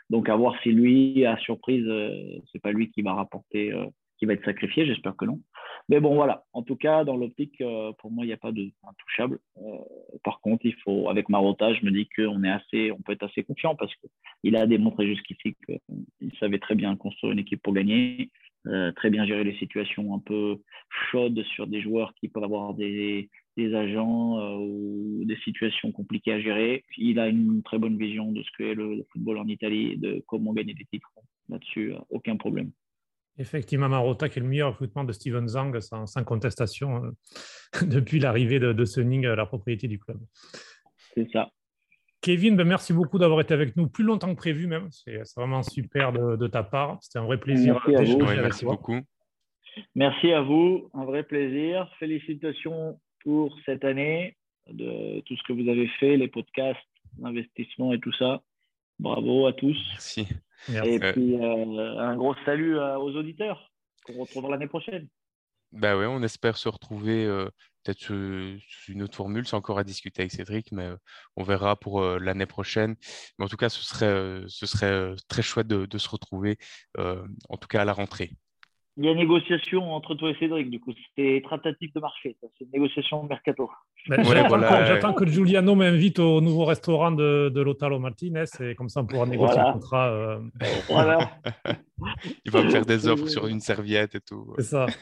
Donc, à voir si lui, à surprise, euh, c'est pas lui qui va rapporter, euh, qui va être sacrifié. J'espère que non. Mais bon, voilà. En tout cas, dans l'optique, euh, pour moi, il n'y a pas de intouchable. Euh, par contre, il faut, avec Marotta, je me dis qu'on est assez, on peut être assez confiant parce qu'il a démontré jusqu'ici qu'il savait très bien construire une équipe pour gagner, euh, très bien gérer les situations un peu chaudes sur des joueurs qui peuvent avoir des, des agents euh, ou des situations compliquées à gérer. Il a une très bonne vision de ce qu'est le, le football en Italie et de comment gagner des titres. Là-dessus, aucun problème. Effectivement, Marotta, qui est le meilleur recrutement de Steven Zhang, sans, sans contestation, euh, depuis l'arrivée de, de Sunning à la propriété du club. C'est ça. Kevin, ben merci beaucoup d'avoir été avec nous plus longtemps que prévu même. C'est, c'est vraiment super de, de ta part. C'était un vrai plaisir d'échanger oui, avec merci toi. Beaucoup. Merci à vous, un vrai plaisir. Félicitations pour cette année, de tout ce que vous avez fait, les podcasts, l'investissement et tout ça. Bravo à tous. Merci. Merci. Et puis, euh, un gros salut aux auditeurs qu'on retrouvera l'année prochaine. Ben oui, on espère se retrouver euh, peut-être sous une autre formule. C'est encore à discuter avec Cédric, mais euh, on verra pour euh, l'année prochaine. Mais en tout cas, ce serait, euh, ce serait euh, très chouette de, de se retrouver, euh, en tout cas à la rentrée. Il y a une négociation entre toi et Cédric, du coup, c'était tractatif de marché. Ça. C'est une négociation mercato. Ben, ouais, j'attends, voilà, que, j'attends que Giuliano m'invite au nouveau restaurant de, de Lautaro Martinez et comme ça on pourra négocier voilà. le contrat. Euh... Voilà. Il va me faire des offres sur une serviette et tout. C'est ça.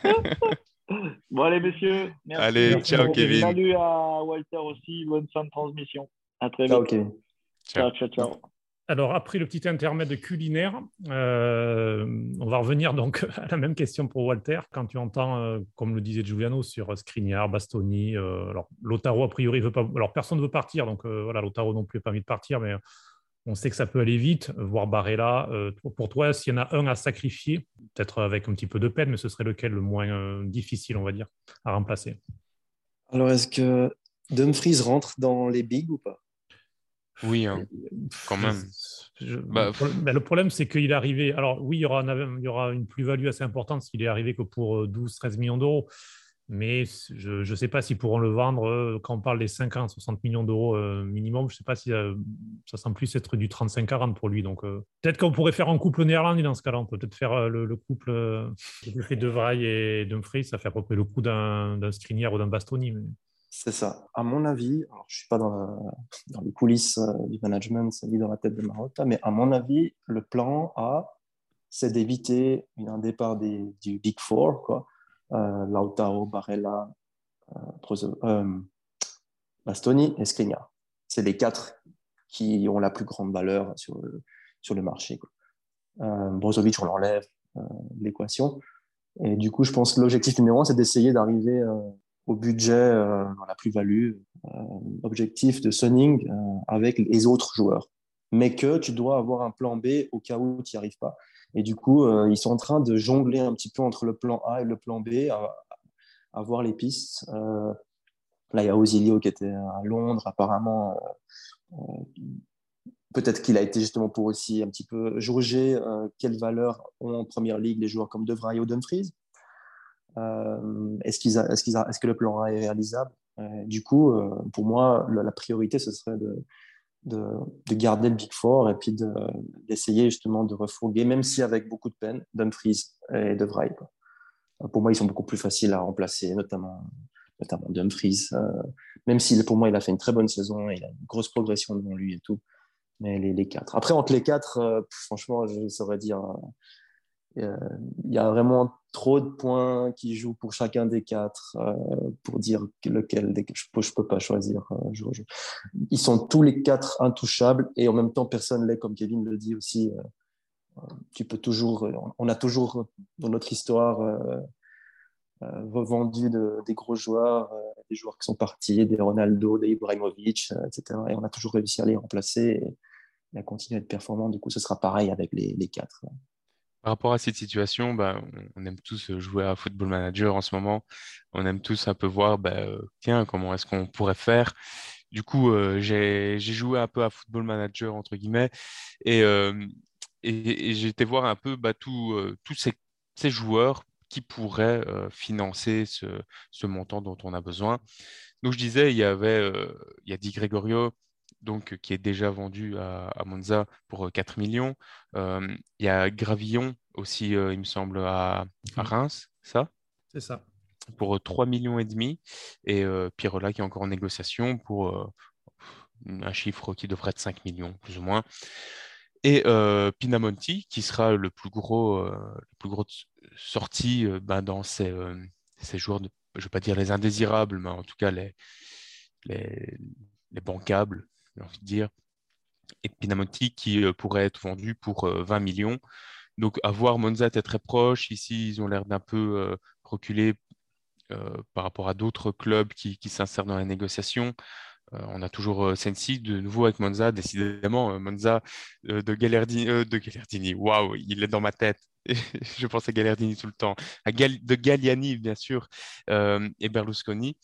Bon, allez, messieurs. Merci. Allez, merci ciao, Kevin. Salut à Walter aussi. Bonne fin de transmission. À très ciao, vite. Kevin. Ciao, ciao, ciao. Alors, après le petit intermède culinaire, euh, on va revenir donc à la même question pour Walter. Quand tu entends, euh, comme le disait Giuliano, sur Skriniar, Bastoni, euh, alors Lautaro, a priori, veut pas. Alors, personne ne veut partir, donc euh, voilà, Lautaro non plus n'a pas envie de partir, mais on sait que ça peut aller vite, voire Barella. Euh, pour toi, s'il y en a un à sacrifier, peut-être avec un petit peu de peine, mais ce serait lequel le moins euh, difficile, on va dire, à remplacer? Alors, est-ce que Dumfries rentre dans les bigs ou pas? Oui, hein, quand même. Je, bah, le, problème, bah, le problème, c'est qu'il est arrivé. Alors, oui, il y aura, un, il y aura une plus-value assez importante s'il est arrivé que pour douze treize millions d'euros. Mais je ne sais pas s'ils pourront le vendre quand on parle des cinquante soixante millions d'euros euh, minimum. Je ne sais pas si euh, ça semble plus être du trente-cinq quarante pour lui. Donc, euh, peut-être qu'on pourrait faire un couple néerlandais dans ce cas-là. On peut peut-être faire euh, le, le couple euh, De Vrij et Dumfries. Ça fait à peu près le coup d'un, d'un Skriniar ou d'un Bastoni. Mais... C'est ça. À mon avis, alors je ne suis pas dans, la, dans les coulisses euh, du management, ni dans la tête de Marotta, mais à mon avis, le plan A, c'est d'éviter un départ des, du Big Four, quoi. Euh, Lautaro, Barella, euh, euh, Bastoni et Skriniar. C'est les quatre qui ont la plus grande valeur sur le, sur le marché, quoi. Euh, Brozovic, on l'enlève euh, de l'équation. Et du coup, je pense que l'objectif numéro un, c'est d'essayer d'arriver euh, au budget, euh, dans la plus-value, euh, objectif de Sunning euh, avec les autres joueurs. Mais que tu dois avoir un plan B au cas où tu n'y arrives pas. Et du coup, euh, ils sont en train de jongler un petit peu entre le plan A et le plan B, à, à voir les pistes. Euh, là, il y a Osilio qui était à Londres, apparemment. Euh, euh, peut-être qu'il a été justement pour aussi un petit peu jauger euh, quelle valeur ont en première ligue les joueurs comme De Vrij ou Dumfries. Euh, est-ce, qu'ils a, est-ce, qu'ils a, est-ce que le plan A est réalisable? euh, Du coup, euh, pour moi, la, la priorité, ce serait de, de, de garder le Big Four et puis de, d'essayer justement de refourguer, même si avec beaucoup de peine, Dumfries et De Vrij, quoi. Pour moi, ils sont beaucoup plus faciles à remplacer, notamment, notamment Dumfries. Euh, même si pour moi, il a fait une très bonne saison, il a une grosse progression devant lui et tout. Mais les, les quatre. Après, entre les quatre, euh, franchement, je saurais dire... Il euh, y a vraiment trop de points qui jouent pour chacun des quatre euh, pour dire lequel des... je peux, je peux pas choisir. Euh, je, je... Ils sont tous les quatre intouchables et en même temps personne l'est, comme Kevin le dit aussi. Euh, tu peux toujours, on a toujours dans notre histoire euh, euh, revendu de, des gros joueurs, euh, des joueurs qui sont partis, des Ronaldo, des Ibrahimovic, euh, et cetera. Et on a toujours réussi à les remplacer et, et à continuer à être performant. Du coup, ce sera pareil avec les, les quatre. Par rapport à cette situation, bah, on aime tous jouer à Football Manager en ce moment. On aime tous un peu voir, bah, euh, tiens, comment est-ce qu'on pourrait faire. Du coup, euh, j'ai, j'ai joué un peu à Football Manager, entre guillemets, et, euh, et, et j'ai été voir un peu bah, tout, euh, tous ces, ces joueurs qui pourraient euh, financer ce, ce montant dont on a besoin. Donc, je disais, il y avait, euh, il y a Di Gregorio, donc, qui est déjà vendu à, à Monza pour quatre millions. Euh, il y a Gravillon aussi, euh, il me semble, à, à Reims, ça, C'est ça. pour trois millions et demi. Et euh, Pirola qui est encore en négociation pour euh, un chiffre qui devrait être cinq millions, plus ou moins. Et euh, Pinamonti, qui sera le plus gros, euh, le plus gros sortie euh, ben, dans ces, euh, ces joueurs, de, je ne vais pas dire les indésirables, mais en tout cas les, les, les bancables, j'ai envie de dire. Et Pinamonti qui euh, pourrait être vendu pour euh, vingt millions. Donc, à voir, Monza était très proche. Ici, ils ont l'air d'un peu euh, reculer euh, par rapport à d'autres clubs qui, qui s'insèrent dans la négociation. Euh, on a toujours euh, Sensi de nouveau avec Monza, décidément. euh, Monza euh, de Gagliardini, euh, de Gagliardini, waouh, il est dans ma tête. Je pense à Gagliardini tout le temps. À Gal- de Galliani, bien sûr, euh, et Berlusconi.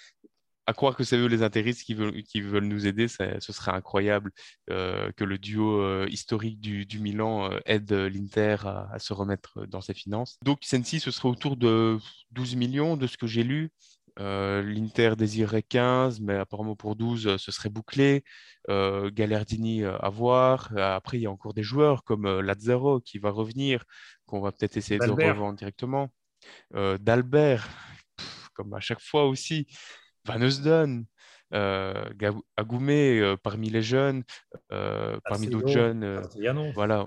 À croire que c'est eux les intéristes qui veulent, qui veulent nous aider, ça- ce serait incroyable euh, que le duo euh, historique du, du Milan euh, aide l'Inter à, à se remettre dans ses finances. Donc Sensi, ce serait autour de douze millions de ce que j'ai lu. Euh, L'Inter désirerait quinze, mais apparemment pour douze, euh, ce serait bouclé. Euh, Gagliardini euh, à voir. Euh, Après, il y a encore des joueurs comme euh, Lazzaro qui va revenir, qu'on va peut-être essayer de Albert. revendre directement. Euh, D'Albert, pff, comme à chaque fois aussi. Van Heusden, euh, Ga- Agoumé, euh, parmi les jeunes, euh, parmi d'autres Alcedo, jeunes, euh, Castellano. voilà,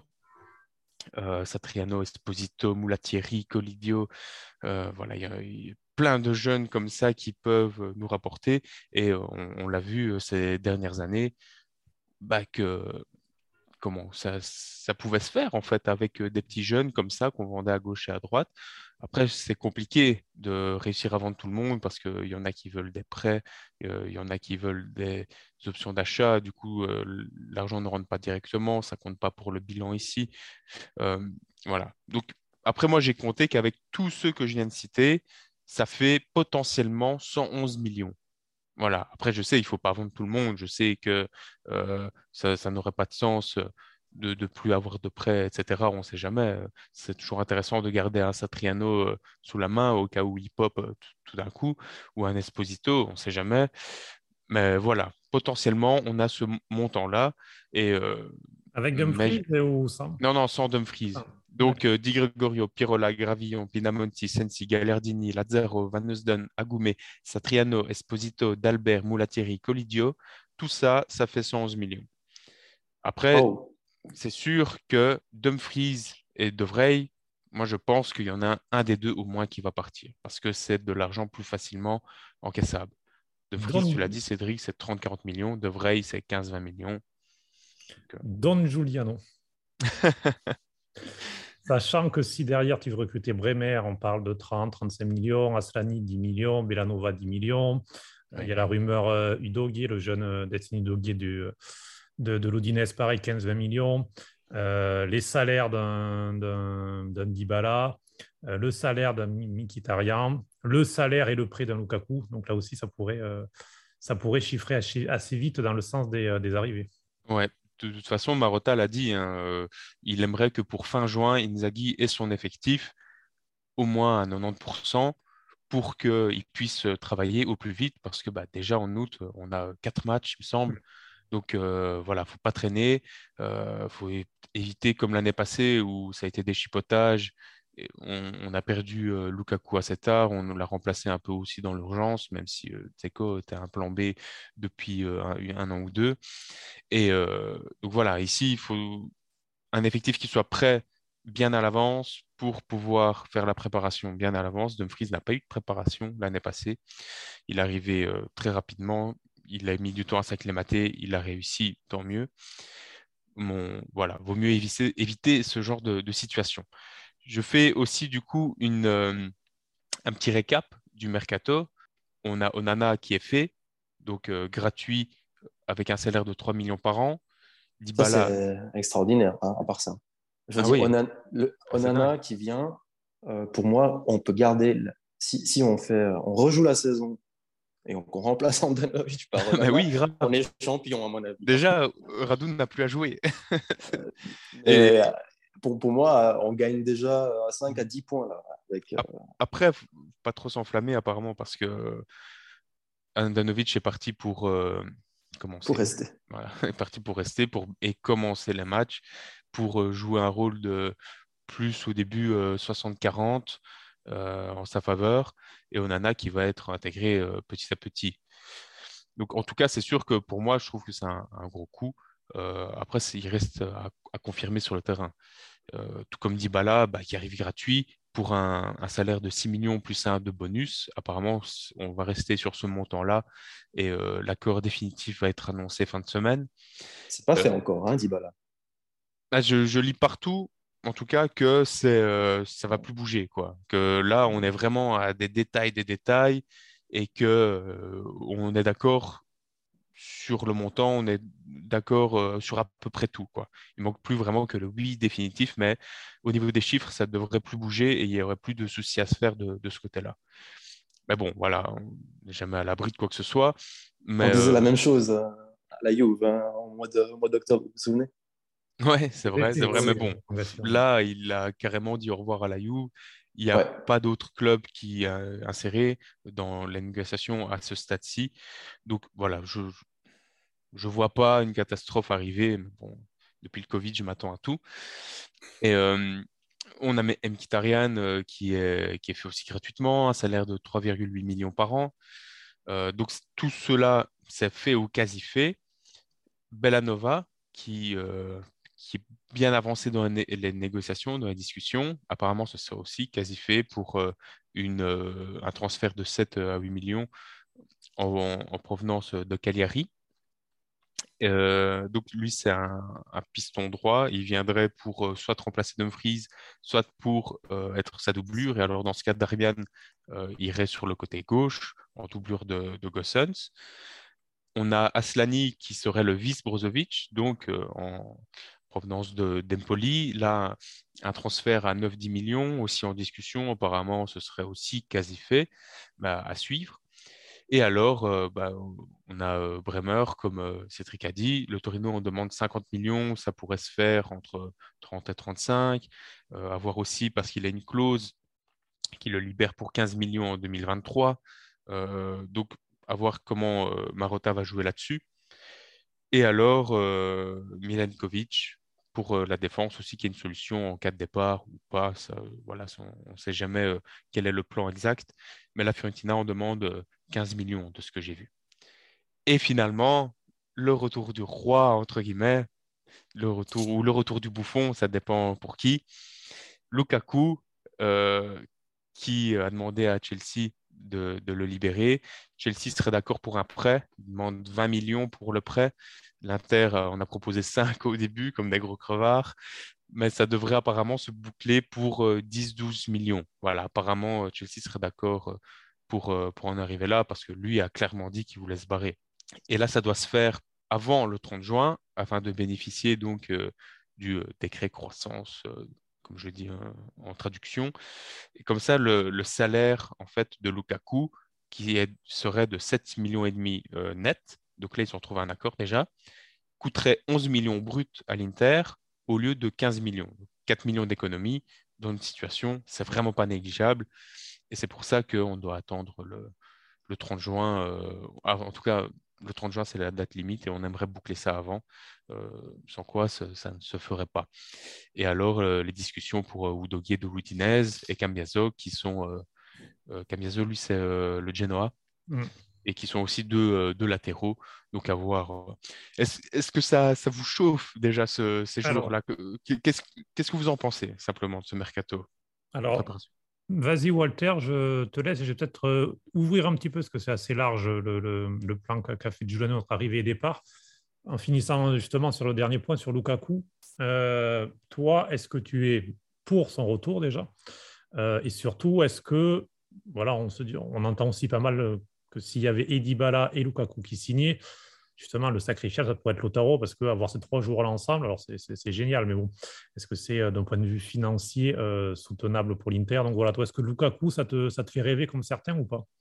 euh, Satriano, Esposito, Mulatieri, Colidio, euh, voilà, il y a, il y a plein de jeunes comme ça qui peuvent euh, nous rapporter. Et euh, on, on l'a vu euh, ces dernières années, bah, que comment ça, ça pouvait se faire en fait avec euh, des petits jeunes comme ça qu'on vendait à gauche et à droite. Après, c'est compliqué de réussir à vendre tout le monde parce qu'il y en a qui veulent des prêts, euh, il y en a qui veulent des options d'achat. Du coup, euh, l'argent ne rentre pas directement, ça compte pas pour le bilan ici. Euh, voilà. Donc, après, moi, j'ai compté qu'avec tous ceux que je viens de citer, ça fait potentiellement cent onze millions. Voilà. Après, je sais, il faut pas vendre tout le monde. Je sais que euh, ça, ça n'aurait pas de sens euh, de ne plus avoir de prêts, et cetera. On ne sait jamais. Euh, C'est toujours intéressant de garder un Satriano euh, sous la main au cas où il pop euh, tout, tout d'un coup, ou un Esposito, on ne sait jamais. Mais voilà, potentiellement, on a ce m- montant-là. Et, euh, Avec mais je- Dumfries ou sans? non, non, sans Dumfries. Ah, Donc, d'accord. euh, Di Gregorio, Pirola, Gravillon, Pinamonti, Sensi, Gagliardini, Lazzaro, Van Heusden, Agoumé, Satriano, Esposito, Dalbert, Mulatieri, Colidio, tout ça, ça fait cent onze millions. Après, Oh, c'est sûr que Dumfries et De Vrij, moi, je pense qu'il y en a un, un des deux au moins qui va partir parce que c'est de l'argent plus facilement encaissable. Dumfries, tu l'as Don, dit, Cédric, c'est trente à quarante millions. De Vrij, c'est quinze à vingt millions. Donc, Don Giuliano. euh, Sachant que si derrière tu veux recruter Bremer, on parle de trente, trente-cinq millions, Aslani dix millions, Belanova dix millions. Euh, il y ouais. a la rumeur euh, Udogie, le jeune euh, Destiny Udogie du, de, de l'Udinese, pareil, quinze vingt millions. Euh, les salaires d'un, d'un, d'un Dybala, euh, le salaire d'un Mkhitaryan, le salaire et le prêt d'un Lukaku. Donc là aussi, ça pourrait, euh, ça pourrait chiffrer assez, assez vite dans le sens des, euh, des arrivées. Ouais, de toute façon, Marotta l'a dit, hein, euh, il aimerait que pour fin juin, Inzaghi ait son effectif au moins à quatre-vingt-dix pour cent pour qu'il puisse travailler au plus vite parce que bah, déjà en août, on a quatre matchs, il me semble. Donc euh, voilà, faut pas traîner, euh, faut é- éviter comme l'année passée où ça a été des chipotages. Et On, on a perdu euh, Lukaku assez tard, on l'a remplacé un peu aussi dans l'urgence, même si euh, Dzeko était un plan B depuis euh, un, un an ou deux. Et euh, donc voilà, ici, il faut un effectif qui soit prêt bien à l'avance pour pouvoir faire la préparation bien à l'avance. Dumfries n'a pas eu de préparation l'année passée. Il est arrivé euh, très rapidement. Il a mis du temps à s'acclimater. Il a réussi, tant mieux. Mon, voilà, vaut mieux éviter, éviter ce genre de, de situation. Je fais aussi du coup une, euh, un petit récap du mercato. On a Onana qui est fait, donc euh, gratuit avec un salaire de trois millions par an. ça, Dybala, c'est extraordinaire, hein, à part ça. Je veux ah dire, oui, Onan- le, ah, c'est dingue. Onana qui vient, euh, pour moi, on peut garder. le- Si, si on fait, on rejoue la saison et on, qu'on remplace Andanovic par Mais Onana, oui, grave. on est champion, à mon avis. Déjà, Radoun n'a plus à jouer. Et Et pour, pour moi, on gagne déjà à cinq à dix points là, avec, euh, ap- après, faut pas trop s'enflammer apparemment parce que Andanovic est parti pour, euh, commencer. Pour rester. Voilà, est parti pour rester pour, et commencer les matchs pour euh, jouer un rôle de plus au début euh, soixante quarante euh, en sa faveur et Onana qui va être intégré euh, petit à petit. Donc en tout cas, c'est sûr que pour moi, je trouve que c'est un, un gros coup. Euh, après, il reste à, à confirmer sur le terrain. Euh, tout comme Dybala, bah, qui arrive gratuit pour un, un salaire de six millions plus un de bonus. Apparemment, on va rester sur ce montant-là et euh, l'accord définitif va être annoncé fin de semaine. C'est pas Euh, fait encore, hein, Dybala. ah, je, je lis partout, en tout cas, que c'est, euh, ça va plus bouger, quoi. Que là, on est vraiment à des détails, des détails, et que euh, on est d'accord sur le montant, on est d'accord euh, sur à peu près tout, quoi. Il manque plus vraiment que le oui définitif, mais au niveau des chiffres, ça ne devrait plus bouger et il n'y aurait plus de soucis à se faire de, de ce côté-là. Mais bon, voilà, on n'est jamais à l'abri de quoi que ce soit. Mais On disait euh, la même chose euh, à la Juve hein, au mois de- au mois d'octobre, vous vous souvenez? ouais, c'est vrai, c'est L'été, vrai, oui, mais oui, bon, bien sûr. là, il a carrément dit au revoir à la Juve. Il n'y a Ouais. pas d'autre club qui a inséré dans la négociation à ce stade-ci. Donc voilà, je je vois pas une catastrophe arriver. Mais bon, depuis le Covid, je m'attends à tout. Et euh, on a Mkhitaryan euh, qui est, qui est fait aussi gratuitement, un salaire de trois virgule huit millions par an. Euh, donc tout cela, c'est fait ou quasi fait. Bellanova, qui, euh, qui est bien avancé dans les, né- les négociations, dans les discussions. Apparemment, ce sera aussi quasi fait pour euh, une, euh, un transfert de sept à huit millions en, en provenance de Cagliari. Euh, donc lui, c'est un, un piston droit. Il viendrait pour euh, soit remplacer Dumfries, soit pour euh, être sa doublure. Et alors dans ce cas, Darmian euh, irait sur le côté gauche en doublure de, de Gosens. On a Aslani qui serait le vice Brozovic, donc euh, en provenance de d'Empoli. Là, un transfert à neuf dix millions, aussi en discussion. Apparemment, ce serait aussi quasi fait, bah, à suivre. Et alors, euh, bah, on a euh, Bremer, comme euh, Cédric a dit. Le Torino, on demande cinquante millions. Ça pourrait se faire entre trente et trente-cinq. Euh, à voir aussi parce qu'il a une clause qui le libère pour quinze millions en deux mille vingt-trois. Euh, donc, à voir comment euh, Marotta va jouer là-dessus. Et alors, euh, Milenkovic pour euh, la défense aussi, qui est une solution en cas de départ ou pas. Ça, euh, voilà, ça, on ne sait jamais euh, quel est le plan exact. Mais la Fiorentina, on demande euh, quinze millions de ce que j'ai vu. Et finalement, le retour du roi, entre guillemets, le retour, ou le retour du bouffon, ça dépend pour qui. Lukaku, euh, qui a demandé à Chelsea de, de le libérer. Chelsea serait d'accord pour un prêt, il demande vingt millions pour le prêt. L'Inter, euh, on a proposé cinq au début, comme des gros crevards, mais ça devrait apparemment se boucler pour euh, dix douze millions. Voilà, apparemment, euh, Chelsea serait d'accord euh, pour, euh, pour en arriver là, parce que lui a clairement dit qu'il voulait se barrer. Et là, ça doit se faire avant le trente juin, afin de bénéficier donc euh, du euh, décret croissance, euh, comme je dis hein, en traduction. Et comme ça, le, le salaire en fait de Lukaku, qui est- serait de sept millions et demi euh, net, donc là ils ont trouvé un accord déjà, coûterait onze millions bruts à l'Inter au lieu de quinze millions. Donc, quatre millions d'économies dans une situation, c'est vraiment pas négligeable. Et c'est pour ça qu'on doit attendre le, le trente juin. Euh, ah, en tout cas, le trente juin, c'est la date limite et on aimerait boucler ça avant, euh, sans quoi ça, ça ne se ferait pas. Et alors, euh, les discussions pour euh, Udogie de Udinese et Cambiaso, qui sont. Euh, euh, Cambiaso, lui, c'est euh, le Genoa, Mm. et qui sont aussi deux, euh, deux latéraux. Donc, à voir. euh. Est-ce, est-ce que ça, ça vous chauffe déjà ce- ces Alors, jours-là? Que- Qu'est-ce, qu'est-ce que vous en pensez, simplement, de ce mercato en alors préparation? vas-y, Walter, je te laisse et je vais peut-être euh, ouvrir un petit peu, parce que c'est assez large le, le- le plan qu'a qu'a fait Giuliano entre arrivée et départ. En finissant justement sur le dernier point, sur Lukaku, euh, toi, est-ce que tu es pour son retour déjà? Euh, et surtout, est-ce que, voilà, on se dit, on entend aussi pas mal euh, que s'il y avait Dybala et Lukaku qui signaient, justement, le sacrifice, ça pourrait être Lautaro, parce qu'avoir ces trois joueurs-là ensemble, alors c'est c'est- c'est génial, mais bon, est-ce que c'est euh, d'un point de vue financier euh, soutenable pour l'Inter? Donc voilà, toi, est-ce que Lukaku, ça te, ça te fait rêver comme certains ou pas?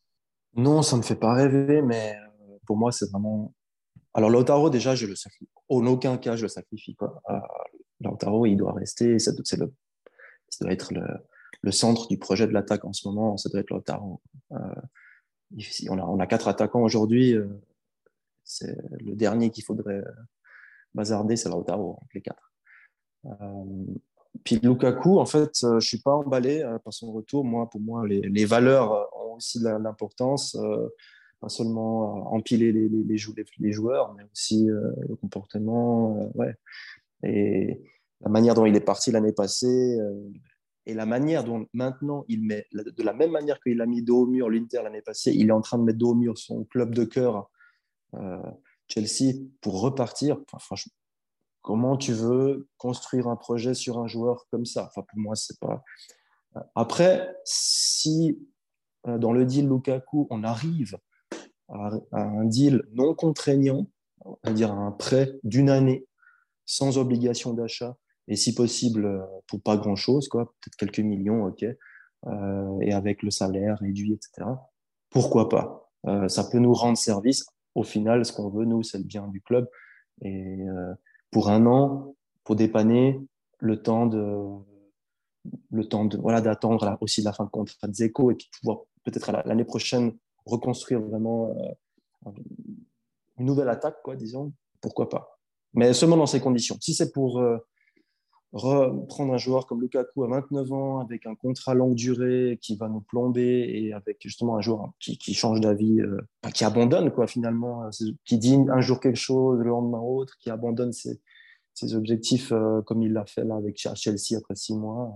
Non, ça ne me fait pas rêver, mais euh, pour moi, c'est vraiment. Alors, Lautaro, déjà, je le sacrifie. En aucun cas, je le sacrifie, quoi. Euh, Lautaro, il doit rester. Ça, c'est le, ça doit être le, le centre du projet de l'attaque en ce moment. Ça doit être Lautaro. Euh, ici, on a, on a quatre attaquants aujourd'hui. Euh, c'est le dernier qu'il faudrait bazarder, c'est Lautaro, entre les quatre. Euh, puis Lukaku, en fait, euh, je suis pas emballé euh, par son retour. Moi, pour moi, les, les valeurs ont aussi de l'importance. Euh, pas seulement euh, empiler les, les, les, jou- les, les joueurs, mais aussi euh, le comportement. Euh, ouais. Et la manière dont il est parti l'année passée, euh, et la manière dont maintenant il met, de la même manière qu'il a mis dos au mur l'Inter l'année passée, il est en train de mettre dos au mur son club de cœur, euh, Chelsea, pour repartir. Enfin, franchement, comment tu veux construire un projet sur un joueur comme ça? Enfin, pour moi, c'est pas. Après, si euh, dans le deal Lukaku, on arrive à, à un deal non contraignant, c'est-à-dire un prêt d'une année sans obligation d'achat et si possible euh, pour pas grand-chose, quoi, peut-être quelques millions, ok, euh, et avec le salaire réduit, et cetera. Pourquoi pas? Euh, ça peut nous rendre service. Au final, ce qu'on veut, nous, c'est le bien du club. Et euh, pour un an, pour dépanner, le temps de, le temps de, voilà, d'attendre la- aussi la fin de contrat de Dzeko et puis pouvoir peut-être à la- l'année prochaine reconstruire vraiment euh, une nouvelle attaque, quoi, disons. Pourquoi pas? Mais seulement dans ces conditions. Si c'est pour euh, reprendre un joueur comme Lukaku à vingt-neuf ans avec un contrat longue durée qui va nous plomber et avec justement un joueur qui, qui change d'avis, euh, qui abandonne quoi finalement, euh, qui dit un jour quelque chose, le lendemain autre, qui abandonne ses, ses objectifs euh, comme il l'a fait là avec Chelsea après six mois.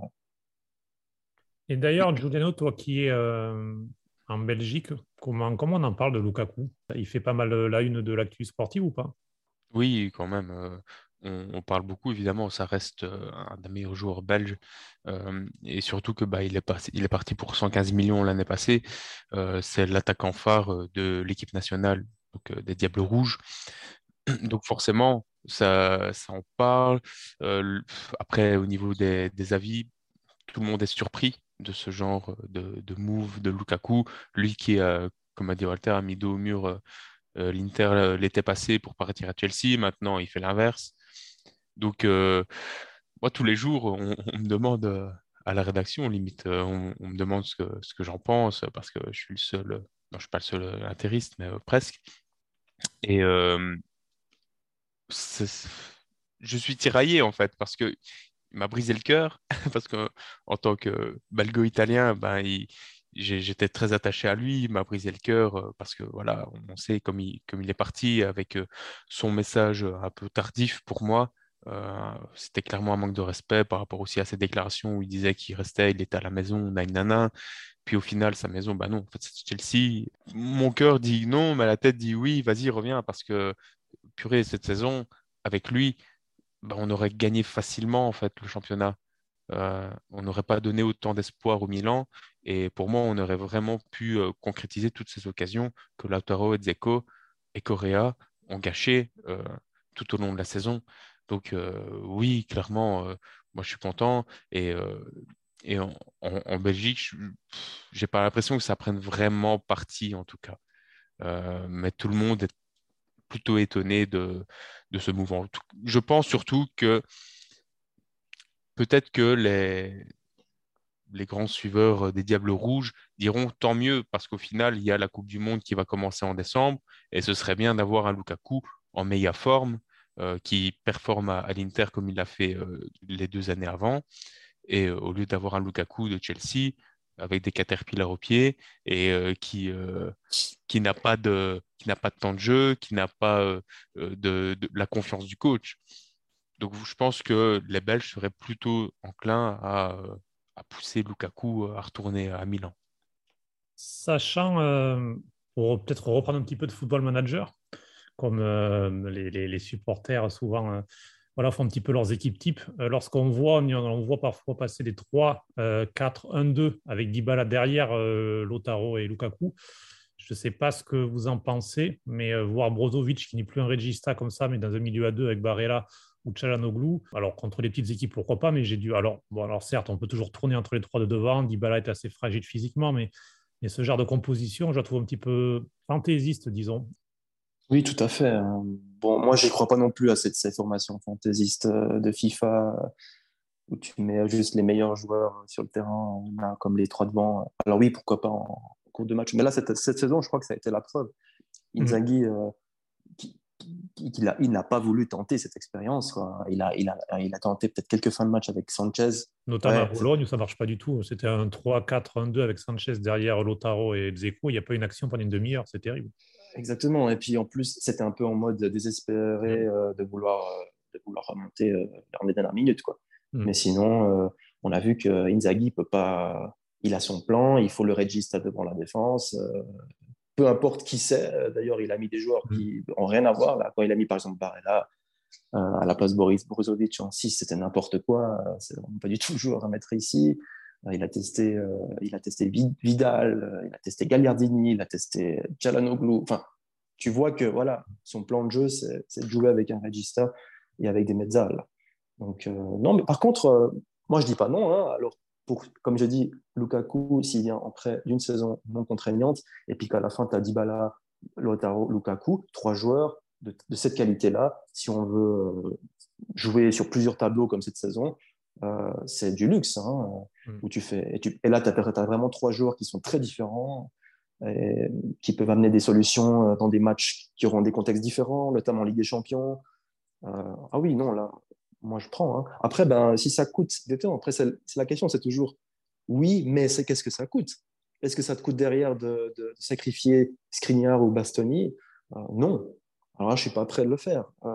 Et d'ailleurs, Giuliano, toi qui es euh, en Belgique, comment, comment on en parle de Lukaku? Il fait pas mal la une de l'actu sportive ou pas? Oui, quand même. euh, on, on parle beaucoup, évidemment. Ça reste euh, un des meilleurs joueurs belges. euh, et surtout que bah, il est, passé- il est parti pour cent quinze millions l'année passée. Euh, c'est l'attaquant phare euh, de l'équipe nationale, donc, euh, des Diables Rouges. Donc forcément, ça, ça en parle. Euh, le- après, au niveau des, des avis, tout le monde est surpris de ce genre de, de move de Lukaku. Lui qui, euh, comme a dit Walter, a mis dos au mur euh, euh, l'Inter euh, l'été passé pour partir à Chelsea. Maintenant, il fait l'inverse. Donc, euh, moi, tous les jours, on, on me demande euh, à la rédaction, limite, euh, on, on me demande ce que, ce que j'en pense parce que je suis le seul, euh, non, je suis pas le seul euh, intégriste, mais euh, presque. Et euh, c'est- je suis tiraillé en fait parce que il m'a brisé le cœur parce que en tant que belgo-italien, ben il- j'ai- j'étais très attaché à lui. Il m'a brisé le cœur euh, parce que voilà, on sait comme il comme il est parti avec euh, son message euh, un peu tardif pour moi. Euh, c'était clairement un manque de respect par rapport aussi à ses déclarations où il disait qu'il restait, il était à la maison, nanana. Puis au final, sa maison, bah non, en fait, c'est Chelsea. Mon cœur dit non, mais la tête dit oui, vas-y, reviens parce que purée, cette saison, avec lui, bah, on aurait gagné facilement en fait le championnat. Euh, on n'aurait pas donné autant d'espoir au Milan et pour moi, on aurait vraiment pu euh, concrétiser toutes ces occasions que Lautaro et Dzeko et Correa ont gâché euh, tout au long de la saison. Donc euh, oui, clairement, euh, moi je suis content et, euh, et en, en- en Belgique, je- pff, j'ai pas l'impression que ça prenne vraiment parti en tout cas. Euh, mais tout le monde est plutôt étonné de, de ce mouvement. Tout- Je pense surtout que peut-être que les, les grands suiveurs des Diables Rouges diront tant mieux parce qu'au final, il y a la Coupe du Monde qui va commencer en décembre et ce serait bien d'avoir un Lukaku en meilleure forme euh, qui performe à, à l'Inter comme il l'a fait euh, les deux années avant et euh, au lieu d'avoir un Lukaku de Chelsea avec des caterpillars aux pieds et euh, qui, euh, qui n'a pas de, qui n'a pas de temps de jeu, qui n'a pas euh, euh, de, de la confiance du coach. Donc, je pense que les Belges seraient plutôt enclins à, euh, à pousser Lukaku à retourner à Milan. Sachant, euh, pour peut-être reprendre un petit peu de football manager, comme euh, les, les- les supporters souvent euh, voilà, font un petit peu leurs équipes types. Euh, lorsqu'on voit, on, on voit parfois passer des trois, euh, quatre, un, deux avec Dybala derrière euh, Lautaro et Lukaku. Je ne sais pas ce que vous en pensez, mais euh, voir Brozovic qui n'est plus un regista comme ça, mais dans un milieu à deux avec Barella ou Çalhanoğlu. Alors, contre les petites équipes, pourquoi pas, mais j'ai dû. Alors, bon, alors certes, on peut toujours tourner entre les trois de devant. Dybala est assez fragile physiquement, mais, mais ce genre de composition, je la trouve un petit peu fantaisiste, disons. Oui, tout à fait. hein. Bon, moi, je crois pas non plus à cette, cette formation fantaisiste euh, de FIFA euh, où tu mets juste les meilleurs joueurs sur le terrain, là, comme les trois devant. Alors oui, pourquoi pas en, en cours de match. Mais là, cette, cette saison, je crois que ça a été la preuve. Mhm. Inzaghi, euh, qui, qu'il a, il n'a pas voulu tenter cette expérience, quoi. Il, a, il, a, il a tenté peut-être quelques fins de match avec Sanchez. Notamment Ouais, à Bologne, où ça ne marche pas du tout. C'était un trois quatre un deux avec Sanchez derrière Lautaro et Dzeko. Il n'y a pas une action pendant une demi-heure. C'est terrible. exactement. Et puis en plus, c'était un peu en mode désespéré euh, de, vouloir, euh, de vouloir remonter euh, dans les dernières minutes, quoi. Mm. Mais sinon, euh, on a vu que Inzaghi peut pas. Il a son plan, il faut le regista devant la défense. Euh, peu importe qui c'est. D'ailleurs, il a mis des joueurs qui n'ont rien à voir. Là, quand il a mis par exemple Barella euh, à la place Boris Brozovic en six, c'était n'importe quoi. C'est pas du tout le joueur à mettre ici. Euh, il a testé, euh, il a testé Vidal, euh, il a testé Gagliardini, il a testé Çalhanoğlu. Enfin, tu vois que voilà, son plan de jeu, c'est, c'est de jouer avec un regista et avec des mezzales. Donc euh, non, mais par contre, euh, moi je dis pas non. Hein. Alors pour, comme je dis, Lukaku, s'il vient après d'une saison non contraignante, et puis qu'à la fin, tu as Dybala, Lautaro, Lukaku, trois joueurs de, de cette qualité-là, si on veut jouer sur plusieurs tableaux comme cette saison, euh, c'est du luxe. Hein, mm. où tu fais, et, tu, et là, tu as vraiment trois joueurs qui sont très différents, et, qui peuvent amener des solutions dans des matchs qui auront des contextes différents, notamment en Ligue des Champions. Euh, ah oui, non, là, moi je prends. Hein. Après, ben, si ça coûte, après, c'est, c'est la question, c'est toujours oui, mais c'est qu'est-ce que ça coûte? Est-ce que ça te coûte derrière de, de, de sacrifier Skriniar ou Bastoni? euh, Non. Alors là, je ne suis pas prêt de le faire. Euh,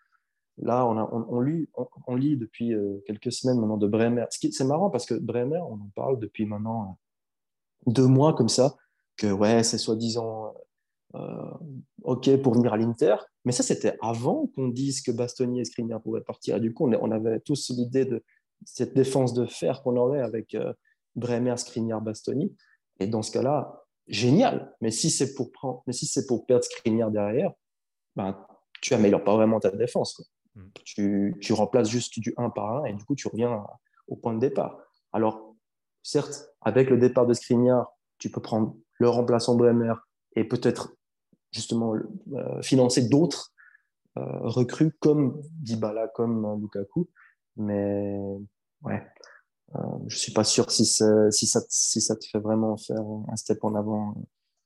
là, on, a, on, on, lit, on, on lit depuis euh, quelques semaines maintenant de Bremer. Ce qui, c'est marrant parce que Bremer, on en parle depuis maintenant euh, deux mois comme ça, que ouais, c'est soi-disant euh, OK pour venir à l'Inter. Mais ça, c'était avant qu'on dise que Bastoni et Skriniar pouvaient partir. Et du coup, on, on avait tous l'idée de cette défense de fer qu'on aurait avec euh, Bremer, Skriniar, Bastoni. Et dans ce cas-là, génial. Mais si c'est pour, prendre, mais si c'est pour perdre Skriniar derrière, ben, tu améliores pas vraiment ta défense, quoi. Mm. Tu, tu remplaces juste du un par un et du coup, tu reviens à, au point de départ. Alors, certes, avec le départ de Skriniar, tu peux prendre le remplaçant Bremer et peut-être justement euh, financer d'autres euh, recrues comme Dybala, comme euh, Lukaku. Mais ouais, euh, je suis pas sûr si, si, ça, si ça te fait vraiment faire un step en avant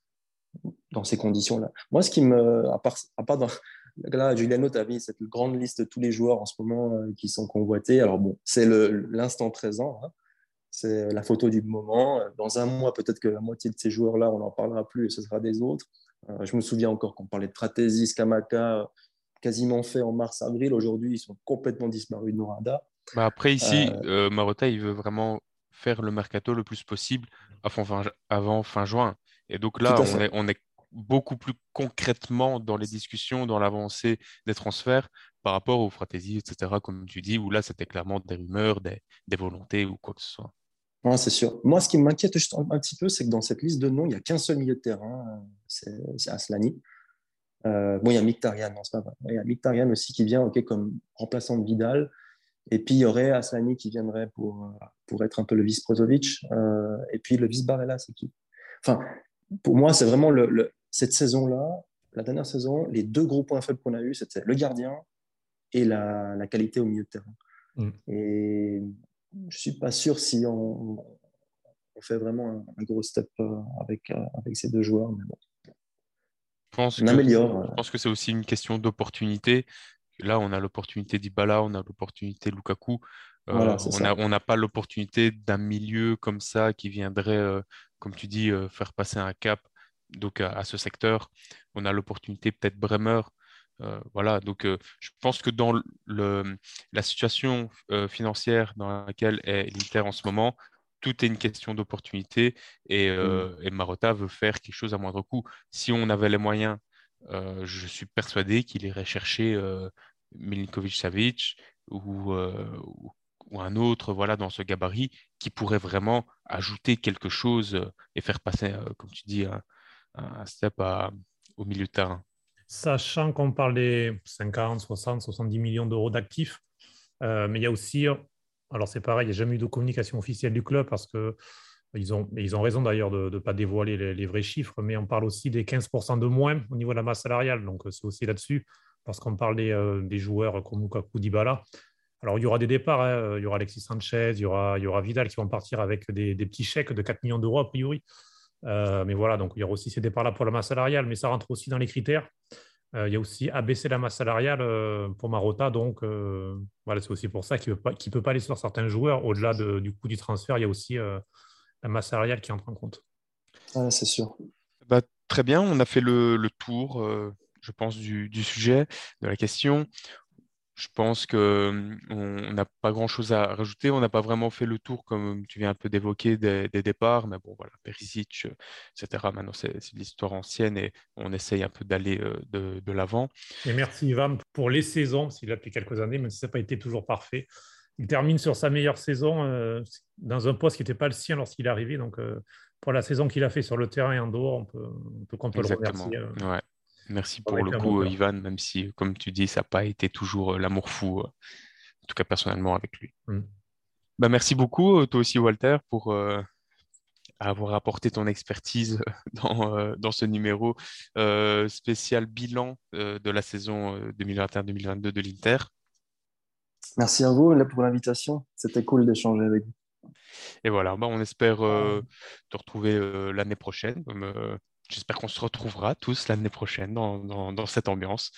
dans ces conditions-là. Moi, ce qui me... À part, à part dans, là, Giuliano, tu as mis cette grande liste de tous les joueurs en ce moment euh, qui sont convoités. Alors bon, c'est le, l'instant présent, hein. C'est la photo du moment. Dans un mois, peut-être que la moitié de ces joueurs-là, on n'en parlera plus et ce sera des autres. Euh, je me souviens encore qu'on parlait de Fratesi, Scamacca, quasiment fait en mars-avril. Aujourd'hui, ils sont complètement disparus de nos radars. Bah après, ici, euh... Euh, Marotta, il veut vraiment faire le mercato le plus possible avant fin, avant fin juin. Et donc là, on est, on est beaucoup plus concrètement dans les discussions, dans l'avancée des transferts par rapport aux Fratesi, et cetera, comme tu dis, où là, c'était clairement des rumeurs, des, des volontés ou quoi que ce soit. Ouais, c'est sûr. Moi, ce qui m'inquiète juste un, un petit peu, c'est que dans cette liste de noms, il n'y a qu'un seul milieu de terrain, c'est, c'est Aslani. Euh, bon, il y a Mkhitaryan, non, c'est pas vrai. Il y a Mkhitaryan aussi qui vient okay, comme remplaçant de Vidal. Et puis, il y aurait Aslani qui viendrait pour, pour être un peu le vice-Brozovic. Euh, et puis, le vice-Barella, c'est qui? Enfin, pour moi, c'est vraiment le, le, cette saison-là, la dernière saison, les deux gros points faibles qu'on a eus, c'était le gardien et la, la qualité au milieu de terrain. Mm. Et je ne suis pas sûr si on, on fait vraiment un, un gros step avec, avec ces deux joueurs. Mais bon. Je pense, on que, améliore. Je pense que c'est aussi une question d'opportunité. Là, on a l'opportunité d'Dybala, on a l'opportunité de Lukaku. Euh, voilà, on n'a pas l'opportunité d'un milieu comme ça qui viendrait, euh, comme tu dis, euh, faire passer un cap donc, à, à ce secteur. On a l'opportunité peut-être Bremer. Euh, voilà, donc euh, je pense que dans le, la situation euh, financière dans laquelle est l'Inter en ce moment, tout est une question d'opportunité et, euh, mmh. et Marotta veut faire quelque chose à moindre coût. Si on avait les moyens, euh, je suis persuadé qu'il irait chercher euh, Milinkovic-Savic ou, euh, ou, ou un autre voilà, dans ce gabarit qui pourrait vraiment ajouter quelque chose et faire passer, euh, comme tu dis, un, un step à, au milieu de terrain. Sachant qu'on parle des cinquante, soixante, soixante-dix millions d'euros d'actifs, euh, mais il y a aussi, alors c'est pareil, il n'y a jamais eu de communication officielle du club parce que ils ont, ils ont raison d'ailleurs de ne pas dévoiler les, les vrais chiffres, mais on parle aussi des quinze pour cent de moins au niveau de la masse salariale, donc c'est aussi là-dessus, parce qu'on parle des, euh, des joueurs comme Lukaku, Dybala. Alors il y aura des départs, hein. Il y aura Alexis Sanchez, il y aura, il y aura Vidal qui vont partir avec des, des petits chèques de quatre millions d'euros a priori. Euh, mais voilà, donc il y aura aussi ces départs-là pour la masse salariale, mais ça rentre aussi dans les critères. Euh, il y a aussi abaisser la masse salariale euh, pour Marotta. Donc, euh, voilà, c'est aussi pour ça qu'il ne peut, peut pas aller sur certains joueurs. Au-delà de, du coût du transfert, il y a aussi euh, la masse salariale qui entre en compte. Ouais, c'est sûr. Bah, très bien, on a fait le, le tour, euh, je pense, du, du sujet, de la question. Je pense qu'on n'a pas grand-chose à rajouter. On n'a pas vraiment fait le tour, comme tu viens un peu d'évoquer, des, des départs. Mais bon, voilà, Perisic, et cetera. Maintenant, c'est, c'est de l'histoire ancienne et on essaye un peu d'aller euh, de, de l'avant. Et merci, Ivan, pour les saisons, s'il a depuis quelques années, même si ça n'a pas été toujours parfait. Il termine sur sa meilleure saison euh, dans un poste qui n'était pas le sien lorsqu'il est arrivé. Donc, euh, pour la saison qu'il a fait sur le terrain et en dehors, on peut, on peut, on peut le remercier. Euh, ouais. Merci pour le coup, euh, Ivan, même si, comme tu dis, ça n'a pas été toujours euh, l'amour fou, euh, en tout cas personnellement avec lui. Mm. Bah, merci beaucoup, toi aussi, Walter, pour euh, avoir apporté ton expertise dans, euh, dans ce numéro euh, spécial bilan euh, de la saison euh, deux mille vingt et un deux mille vingt-deux de l'Inter. Merci à vous là, pour l'invitation. C'était cool d'échanger avec vous. Et voilà, bah, on espère euh, te retrouver euh, l'année prochaine. Comme, euh, J'espère qu'on se retrouvera tous l'année prochaine dans, dans, dans cette ambiance.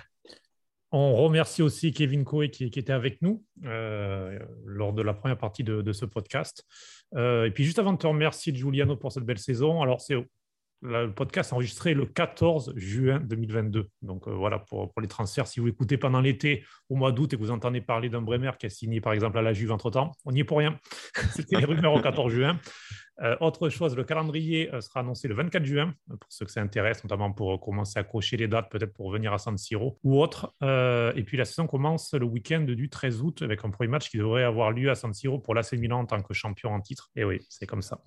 On remercie aussi Kevin Coé qui, qui était avec nous euh, lors de la première partie de, de ce podcast. Euh, et puis juste avant de te remercier, Giuliano, pour cette belle saison, alors c'est le podcast enregistré le quatorze juin deux mille vingt-deux. Donc euh, voilà, pour, pour les transferts, si vous écoutez pendant l'été, au mois d'août, et que vous entendez parler d'un Bremer qui a signé par exemple à la Juve entre-temps, on n'y est pour rien. C'était les rumeurs au quatorze juin. Euh, autre chose, le calendrier euh, sera annoncé le vingt-quatre juin, pour ceux que ça intéresse, notamment pour commencer à cocher les dates, peut-être pour venir à San Siro ou autre. Euh, et puis la saison commence le week-end du treize août avec un premier match qui devrait avoir lieu à San Siro pour l'A C Milan en tant que champion en titre. Et oui, c'est comme ça.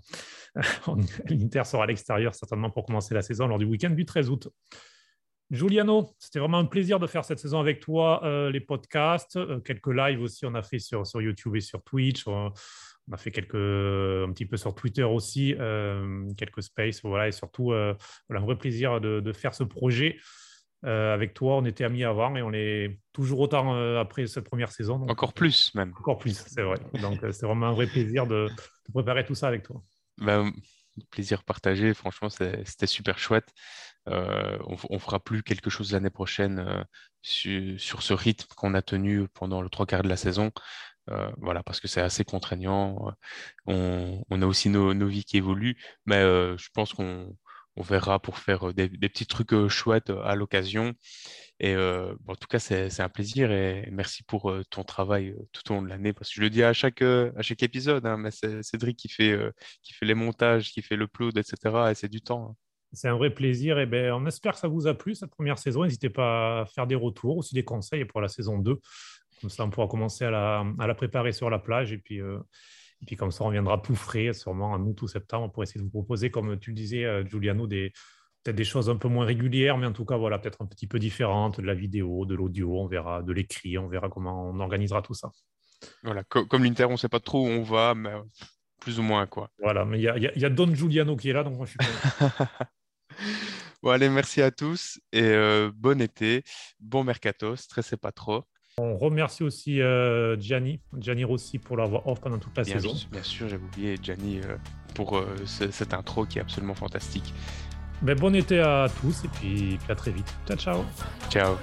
L'Inter sera à l'extérieur certainement pour commencer la saison lors du week-end du treize août. Giuliano, c'était vraiment un plaisir de faire cette saison avec toi, euh, les podcasts, euh, quelques lives aussi on a fait sur, sur YouTube et sur Twitch. Euh, On a fait quelques, un petit peu sur Twitter aussi, euh, quelques spaces, voilà, et surtout, euh, voilà, un vrai plaisir de, de faire ce projet euh, avec toi. On était amis avant et on est toujours autant euh, après cette première saison. Donc, encore plus, même. Encore plus, c'est vrai. Donc, euh, c'est vraiment un vrai plaisir de, de préparer tout ça avec toi. Ben, plaisir partagé. Franchement, c'était super chouette. Euh, on, on fera plus quelque chose l'année prochaine euh, sur, sur ce rythme qu'on a tenu pendant le trois quarts de la saison. Euh, voilà, parce que c'est assez contraignant. On, on a aussi nos, nos vies qui évoluent, mais euh, je pense qu'on on verra pour faire des, des petits trucs euh, chouettes à l'occasion. Et euh, bon, en tout cas, c'est un plaisir et merci pour euh, ton travail euh, tout au long de l'année, parce que je le dis à chaque, euh, à chaque épisode, hein, mais c'est Cédric qui fait, euh, qui fait les montages, qui fait l'upload, et cetera. Et c'est du temps. Hein. C'est un vrai plaisir. Et ben, on espère que ça vous a plu cette première saison. N'hésitez pas à faire des retours, aussi des conseils pour la saison deux. Comme ça, on pourra commencer à la, à la préparer sur la plage. Et puis, euh, et puis comme ça, on reviendra tout frais, sûrement en août ou septembre, pour essayer de vous proposer, comme tu le disais, euh, Giuliano, des, peut-être des choses un peu moins régulières, mais en tout cas, voilà, peut-être un petit peu différentes, de la vidéo, de l'audio, on verra, de l'écrit, on verra comment on organisera tout ça. Voilà, co comme l'Inter, on ne sait pas trop où on va, mais plus ou moins, quoi. Voilà, mais il y a, y a, y a Don Giuliano qui est là, donc moi, je suis content. Bon, allez, merci à tous et euh, bon été, bon mercato, stressez pas trop. On remercie aussi euh, Gianni, Gianni Rossi pour la voix off pendant toute la bien saison. Sûr, bien sûr, j'avais oublié Gianni euh, pour euh, ce, cette intro qui est absolument fantastique. Ben, bon été à tous et puis, puis à très vite. Ciao, ciao. Ciao.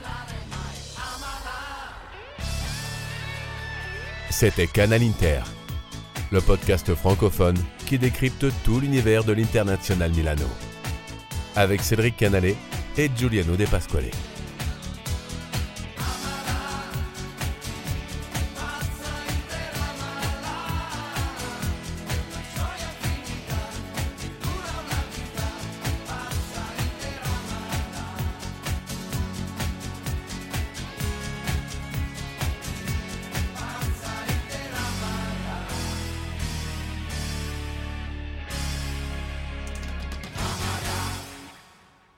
C'était Canal Inter, le podcast francophone qui décrypte tout l'univers de l'International Milano. Avec Cédric Canale et Giuliano De Pasquale.